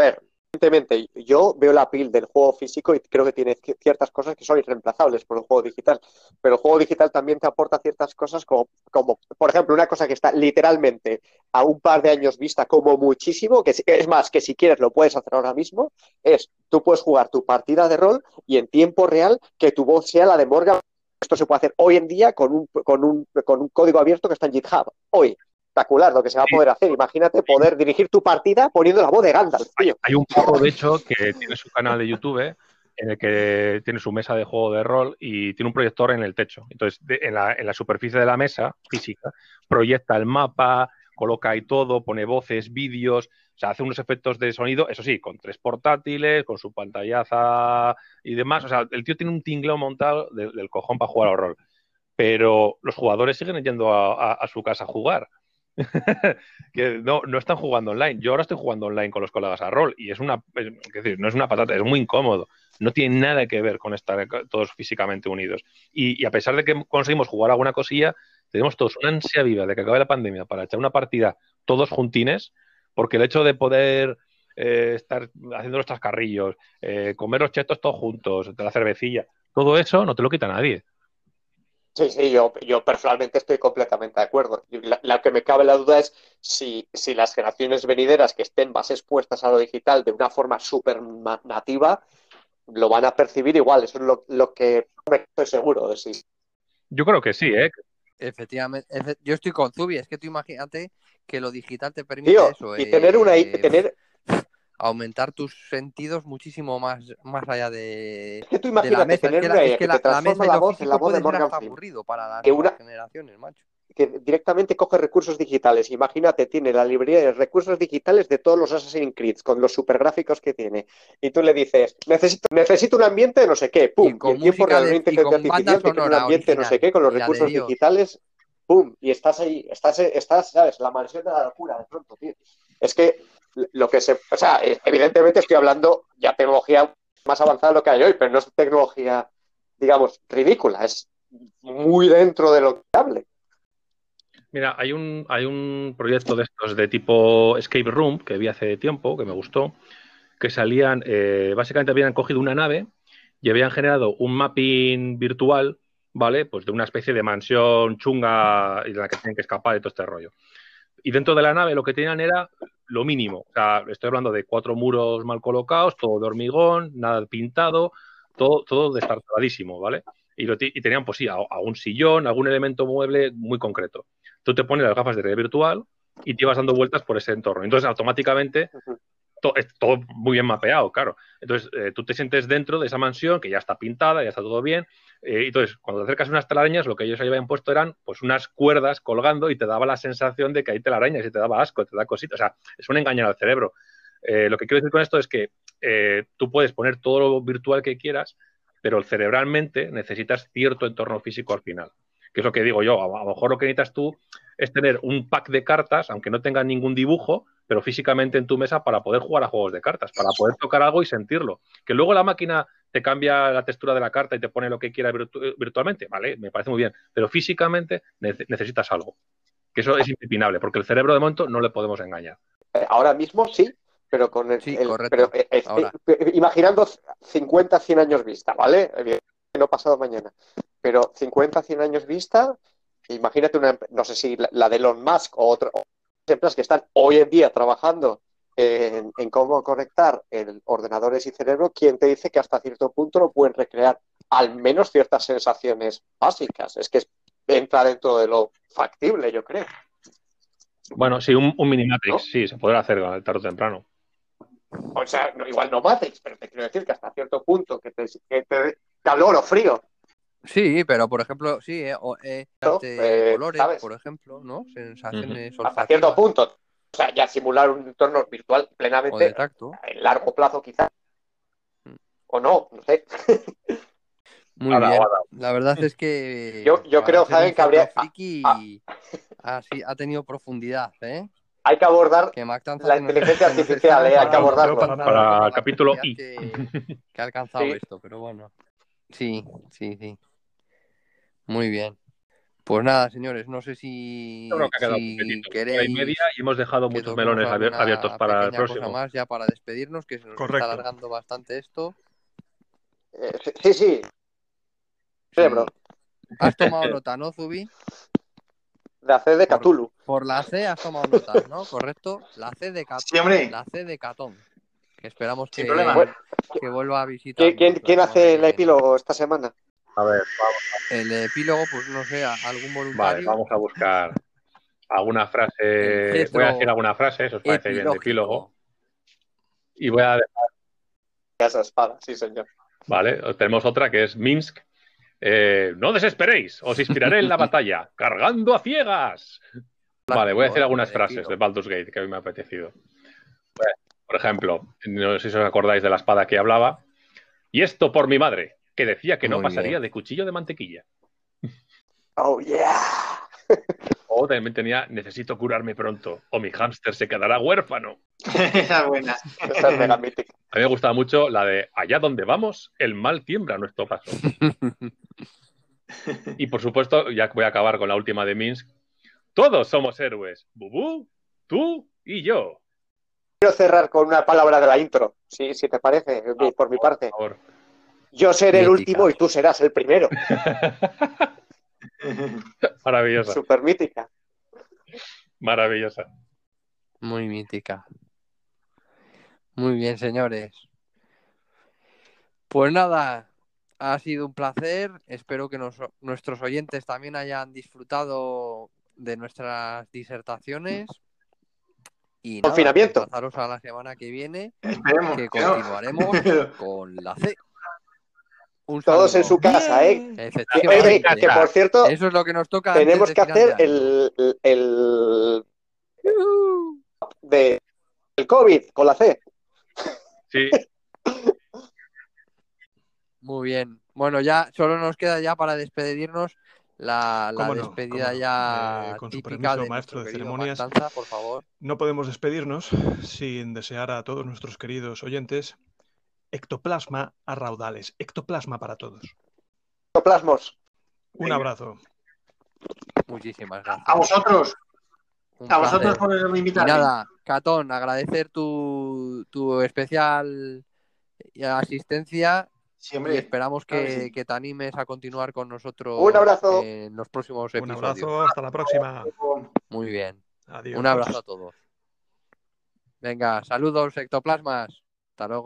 Speaker 4: Evidentemente, yo veo la appeal del juego físico y creo que tiene ciertas cosas que son irreemplazables por el juego digital, pero el juego digital también te aporta ciertas cosas como por ejemplo, una cosa que está literalmente a un par de años vista como muchísimo, que es más, que si quieres lo puedes hacer ahora mismo, es tú puedes jugar tu partida de rol y en tiempo real que tu voz sea la de Morgan. Esto se puede hacer hoy en día con un código abierto que está en GitHub. Hoy. Espectacular lo que se va a poder hacer. Imagínate poder dirigir tu partida poniendo la voz de Gandalf, tío.
Speaker 3: Hay un juego, de hecho, que tiene su canal de YouTube en el que tiene su mesa de juego de rol y tiene un proyector en el techo. Entonces, en la superficie de la mesa física, proyecta el mapa, coloca ahí todo, pone voces, vídeos, o sea, hace unos efectos de sonido, eso sí, con 3 portátiles, con su pantallaza y demás. O sea, el tío tiene un tingleo montado del cojón para jugar al rol. Pero los jugadores siguen yendo a su casa a jugar. Que no están jugando online. Yo ahora estoy jugando online con los colegas a rol y es decir, no es una patata, es muy incómodo. No tiene nada que ver con estar todos físicamente unidos. Y a pesar de que conseguimos jugar alguna cosilla, tenemos todos una ansia viva de que acabe la pandemia para echar una partida todos juntines, porque el hecho de poder estar haciendo los chascarrillos, comer los chetos todos juntos, de la cervecilla, todo eso no te lo quita nadie.
Speaker 4: Sí, yo personalmente estoy completamente de acuerdo. La que me cabe la duda es si las generaciones venideras que estén más expuestas a lo digital de una forma súper nativa lo van a percibir igual. Eso es lo que estoy seguro de sí.
Speaker 3: Yo creo que sí, ¿eh?
Speaker 2: Efectivamente, yo estoy con Zubi. Es que tú imagínate que lo digital te permite
Speaker 4: Tío,
Speaker 2: eso.
Speaker 4: y tener
Speaker 2: aumentar tus sentidos muchísimo más allá de,
Speaker 4: es que tú
Speaker 2: de la
Speaker 4: imagínate
Speaker 2: mesa.
Speaker 4: tener una IA que te
Speaker 2: la
Speaker 4: transforma
Speaker 2: mesa y
Speaker 4: la
Speaker 2: lo
Speaker 4: voz en la
Speaker 2: físico
Speaker 4: voz de
Speaker 2: puede ser
Speaker 4: Morgan
Speaker 2: hasta
Speaker 4: Freeman.
Speaker 2: aburrido para las
Speaker 4: Que
Speaker 2: nuevas generaciones, macho.
Speaker 4: Que directamente coge recursos digitales. Imagínate, tiene la librería de recursos digitales de todos los Assassin's Creed, con los supergráficos que tiene. Y tú le dices, necesito un ambiente de no sé qué, pum. Y en tiempo real, una inteligencia artificial te crea un ambiente de no sé qué, con los recursos digitales, pum. Y estás ahí, estás, ¿sabes? La mansión de la locura, de pronto, tío. Es que lo que o sea, evidentemente estoy hablando ya tecnología más avanzada de lo que hay hoy, pero no es tecnología, digamos, ridícula. Es muy dentro de lo que hable.
Speaker 3: Mira, hay un proyecto de estos de tipo Escape Room que vi hace tiempo, que me gustó, que salían, básicamente habían cogido una nave y habían generado un mapping virtual, ¿vale? Pues de una especie de mansión chunga en la que tienen que escapar y todo este rollo. Y dentro de la nave lo que tenían era lo mínimo. O sea, estoy hablando de 4 muros mal colocados, todo de hormigón, nada pintado, todo destartaladísimo, ¿vale? Y tenían, pues sí, un sillón, algún elemento mueble muy concreto. Tú te pones las gafas de realidad virtual y te ibas dando vueltas por ese entorno. Entonces, automáticamente, es todo muy bien mapeado, claro. Entonces, tú te sientes dentro de esa mansión que ya está pintada, ya está todo bien. Entonces, cuando te acercas a unas telarañas, lo que ellos habían puesto eran pues unas cuerdas colgando y te daba la sensación de que hay telarañas y te daba asco, te da cositas. O sea, es un engañar al cerebro. Lo que quiero decir con esto es que tú puedes poner todo lo virtual que quieras, pero cerebralmente necesitas cierto entorno físico al final. Que es lo que digo yo. A lo mejor lo que necesitas tú es tener un pack de cartas, aunque no tengan ningún dibujo, pero físicamente en tu mesa para poder jugar a juegos de cartas, para poder tocar algo y sentirlo. Que luego la máquina te cambia la textura de la carta y te pone lo que quiera virtualmente, vale, me parece muy bien, pero físicamente necesitas algo. Que eso es impepinable, porque el cerebro de momento no le podemos engañar.
Speaker 4: Ahora mismo sí, pero con
Speaker 2: correcto.
Speaker 4: Imaginando 50, 100 años vista, ¿vale? Evidentemente no pasado mañana, pero 50, 100 años vista, imagínate no sé si la de Elon Musk o otras empresas que están hoy en día trabajando en cómo conectar ordenadores y cerebro. ¿Quién te dice que hasta cierto punto no pueden recrear al menos ciertas sensaciones básicas? Es que entra dentro de lo factible, yo creo.
Speaker 3: Bueno, sí, un Minimatrix, ¿no? Sí, se podrá hacer tarde o temprano.
Speaker 4: O sea, igual no Matrix, pero te quiero decir que hasta cierto punto que te calor o frío.
Speaker 2: Sí, pero por ejemplo, sí, colores,
Speaker 4: ¿sabes?
Speaker 2: por ejemplo, ¿no? Sensaciones
Speaker 4: olfativas. Hasta cierto punto. O sea, ya simular un entorno virtual plenamente
Speaker 2: o de tacto.
Speaker 4: en largo plazo quizás. O no sé.
Speaker 2: Muy bien. La verdad es que
Speaker 4: yo creo, Jaén, que habría
Speaker 2: friki ha tenido profundidad, ¿eh?
Speaker 4: Hay que abordar la inteligencia artificial, hay que abordarlo.
Speaker 3: Para el capítulo I.
Speaker 2: Que ha alcanzado esto, pero bueno. Sí. Muy bien. Pues nada, señores, no sé si,
Speaker 3: Yo creo que ha quedado
Speaker 2: si
Speaker 3: completito.
Speaker 2: queréis
Speaker 3: 1:30 y hemos dejado
Speaker 2: que
Speaker 3: muchos
Speaker 2: toquemos
Speaker 3: melones
Speaker 2: alguna
Speaker 3: abiertos para el
Speaker 2: pequeña cosa
Speaker 3: próximo.
Speaker 2: más ya para despedirnos, que se nos
Speaker 5: Correcto.
Speaker 2: está alargando bastante esto.
Speaker 4: Sí, sí. Cerebro.
Speaker 2: Has tomado nota, ¿no, Zubi?
Speaker 4: La C de Cthulhu.
Speaker 2: Por la C has tomado notas, ¿no? ¿Correcto? La C de
Speaker 6: Sí, hombre.
Speaker 2: La C de Catón. Que esperamos
Speaker 6: Sin
Speaker 2: que,
Speaker 6: problema.
Speaker 2: que vuelva a visitarnos.
Speaker 4: ¿Quién hace el epílogo esta semana?
Speaker 3: A ver,
Speaker 2: El epílogo, pues no sé, algún
Speaker 3: vale,
Speaker 2: voluntario.
Speaker 3: vamos a buscar alguna
Speaker 2: El
Speaker 3: frase.
Speaker 2: cetro
Speaker 3: Voy a decir alguna frase, si os parece bien, de epílogo. Y voy a dejar.
Speaker 4: Esa espada, sí, señor.
Speaker 3: Vale, tenemos otra que es Minsk. No desesperéis, os inspiraré en la batalla, cargando a ciegas. Vale, voy a decir algunas frases de Baldur's Gate que a mí me ha apetecido. Por ejemplo, no sé si os acordáis de la espada que hablaba. Y esto por mi madre, que decía que no
Speaker 2: Muy
Speaker 3: pasaría
Speaker 2: bien.
Speaker 3: de cuchillo de mantequilla.
Speaker 4: Oh, yeah.
Speaker 3: O también tenía, necesito curarme pronto, o mi hámster se quedará huérfano.
Speaker 6: Esa es buena.
Speaker 4: Esa es mega mítica.
Speaker 3: A mí me gustaba mucho la de allá donde vamos, el mal tiembla a nuestro paso. Y por supuesto, ya voy a acabar con la última de Minsk. Todos somos héroes. Bubú, tú y yo.
Speaker 4: Quiero cerrar con una palabra de la intro, si te parece, por mi parte.
Speaker 3: Por favor.
Speaker 4: Yo seré el
Speaker 2: Mítica.
Speaker 4: último y tú serás el primero.
Speaker 3: Maravillosa,
Speaker 4: Súper mítica.
Speaker 3: maravillosa.
Speaker 2: Muy mítica. Muy bien, señores. Pues nada, ha sido un placer. Espero que nuestros oyentes también hayan disfrutado de nuestras disertaciones. Y nada,
Speaker 4: Confinamiento.
Speaker 2: emplazaros a la semana que viene,
Speaker 6: Esperemos.
Speaker 2: que
Speaker 6: que no.
Speaker 2: continuaremos con la C. Un
Speaker 4: Todos
Speaker 2: saludo.
Speaker 4: en su casa, ¿eh?
Speaker 2: Efectivamente.
Speaker 4: Que por cierto,
Speaker 2: Eso es lo que nos toca.
Speaker 4: tenemos
Speaker 2: antes
Speaker 4: que
Speaker 2: de final
Speaker 4: hacer
Speaker 2: de año.
Speaker 4: el COVID con la C.
Speaker 3: Sí,
Speaker 2: Muy bien. Bueno, ya solo nos queda ya para despedirnos la
Speaker 5: Cómo no,
Speaker 2: despedida
Speaker 5: cómo no.
Speaker 2: ya
Speaker 5: Con su
Speaker 2: típica
Speaker 5: permiso,
Speaker 2: de
Speaker 5: maestro
Speaker 2: nuestro
Speaker 5: de
Speaker 2: querido
Speaker 5: ceremonias.
Speaker 2: Mastanza, por favor.
Speaker 5: No podemos despedirnos sin desear a todos nuestros queridos oyentes ectoplasma a raudales. Ectoplasma para todos.
Speaker 4: Ectoplasmos.
Speaker 5: Un abrazo.
Speaker 2: Muchísimas gracias.
Speaker 6: A vosotros.
Speaker 2: Un
Speaker 6: A vosotros
Speaker 2: placer.
Speaker 6: por
Speaker 2: Y
Speaker 6: invitarme.
Speaker 2: nada, Catón, agradecer tu especial asistencia
Speaker 6: Sí,
Speaker 2: y
Speaker 6: hombre.
Speaker 2: esperamos
Speaker 6: claro que sí.
Speaker 2: que te animes a continuar con nosotros
Speaker 4: Un abrazo.
Speaker 2: en los próximos
Speaker 5: Un
Speaker 2: episodios.
Speaker 5: abrazo, hasta la próxima.
Speaker 2: Muy bien.
Speaker 5: Adiós.
Speaker 2: Un abrazo a todos. Venga, saludos, ectoplasmas. Hasta luego.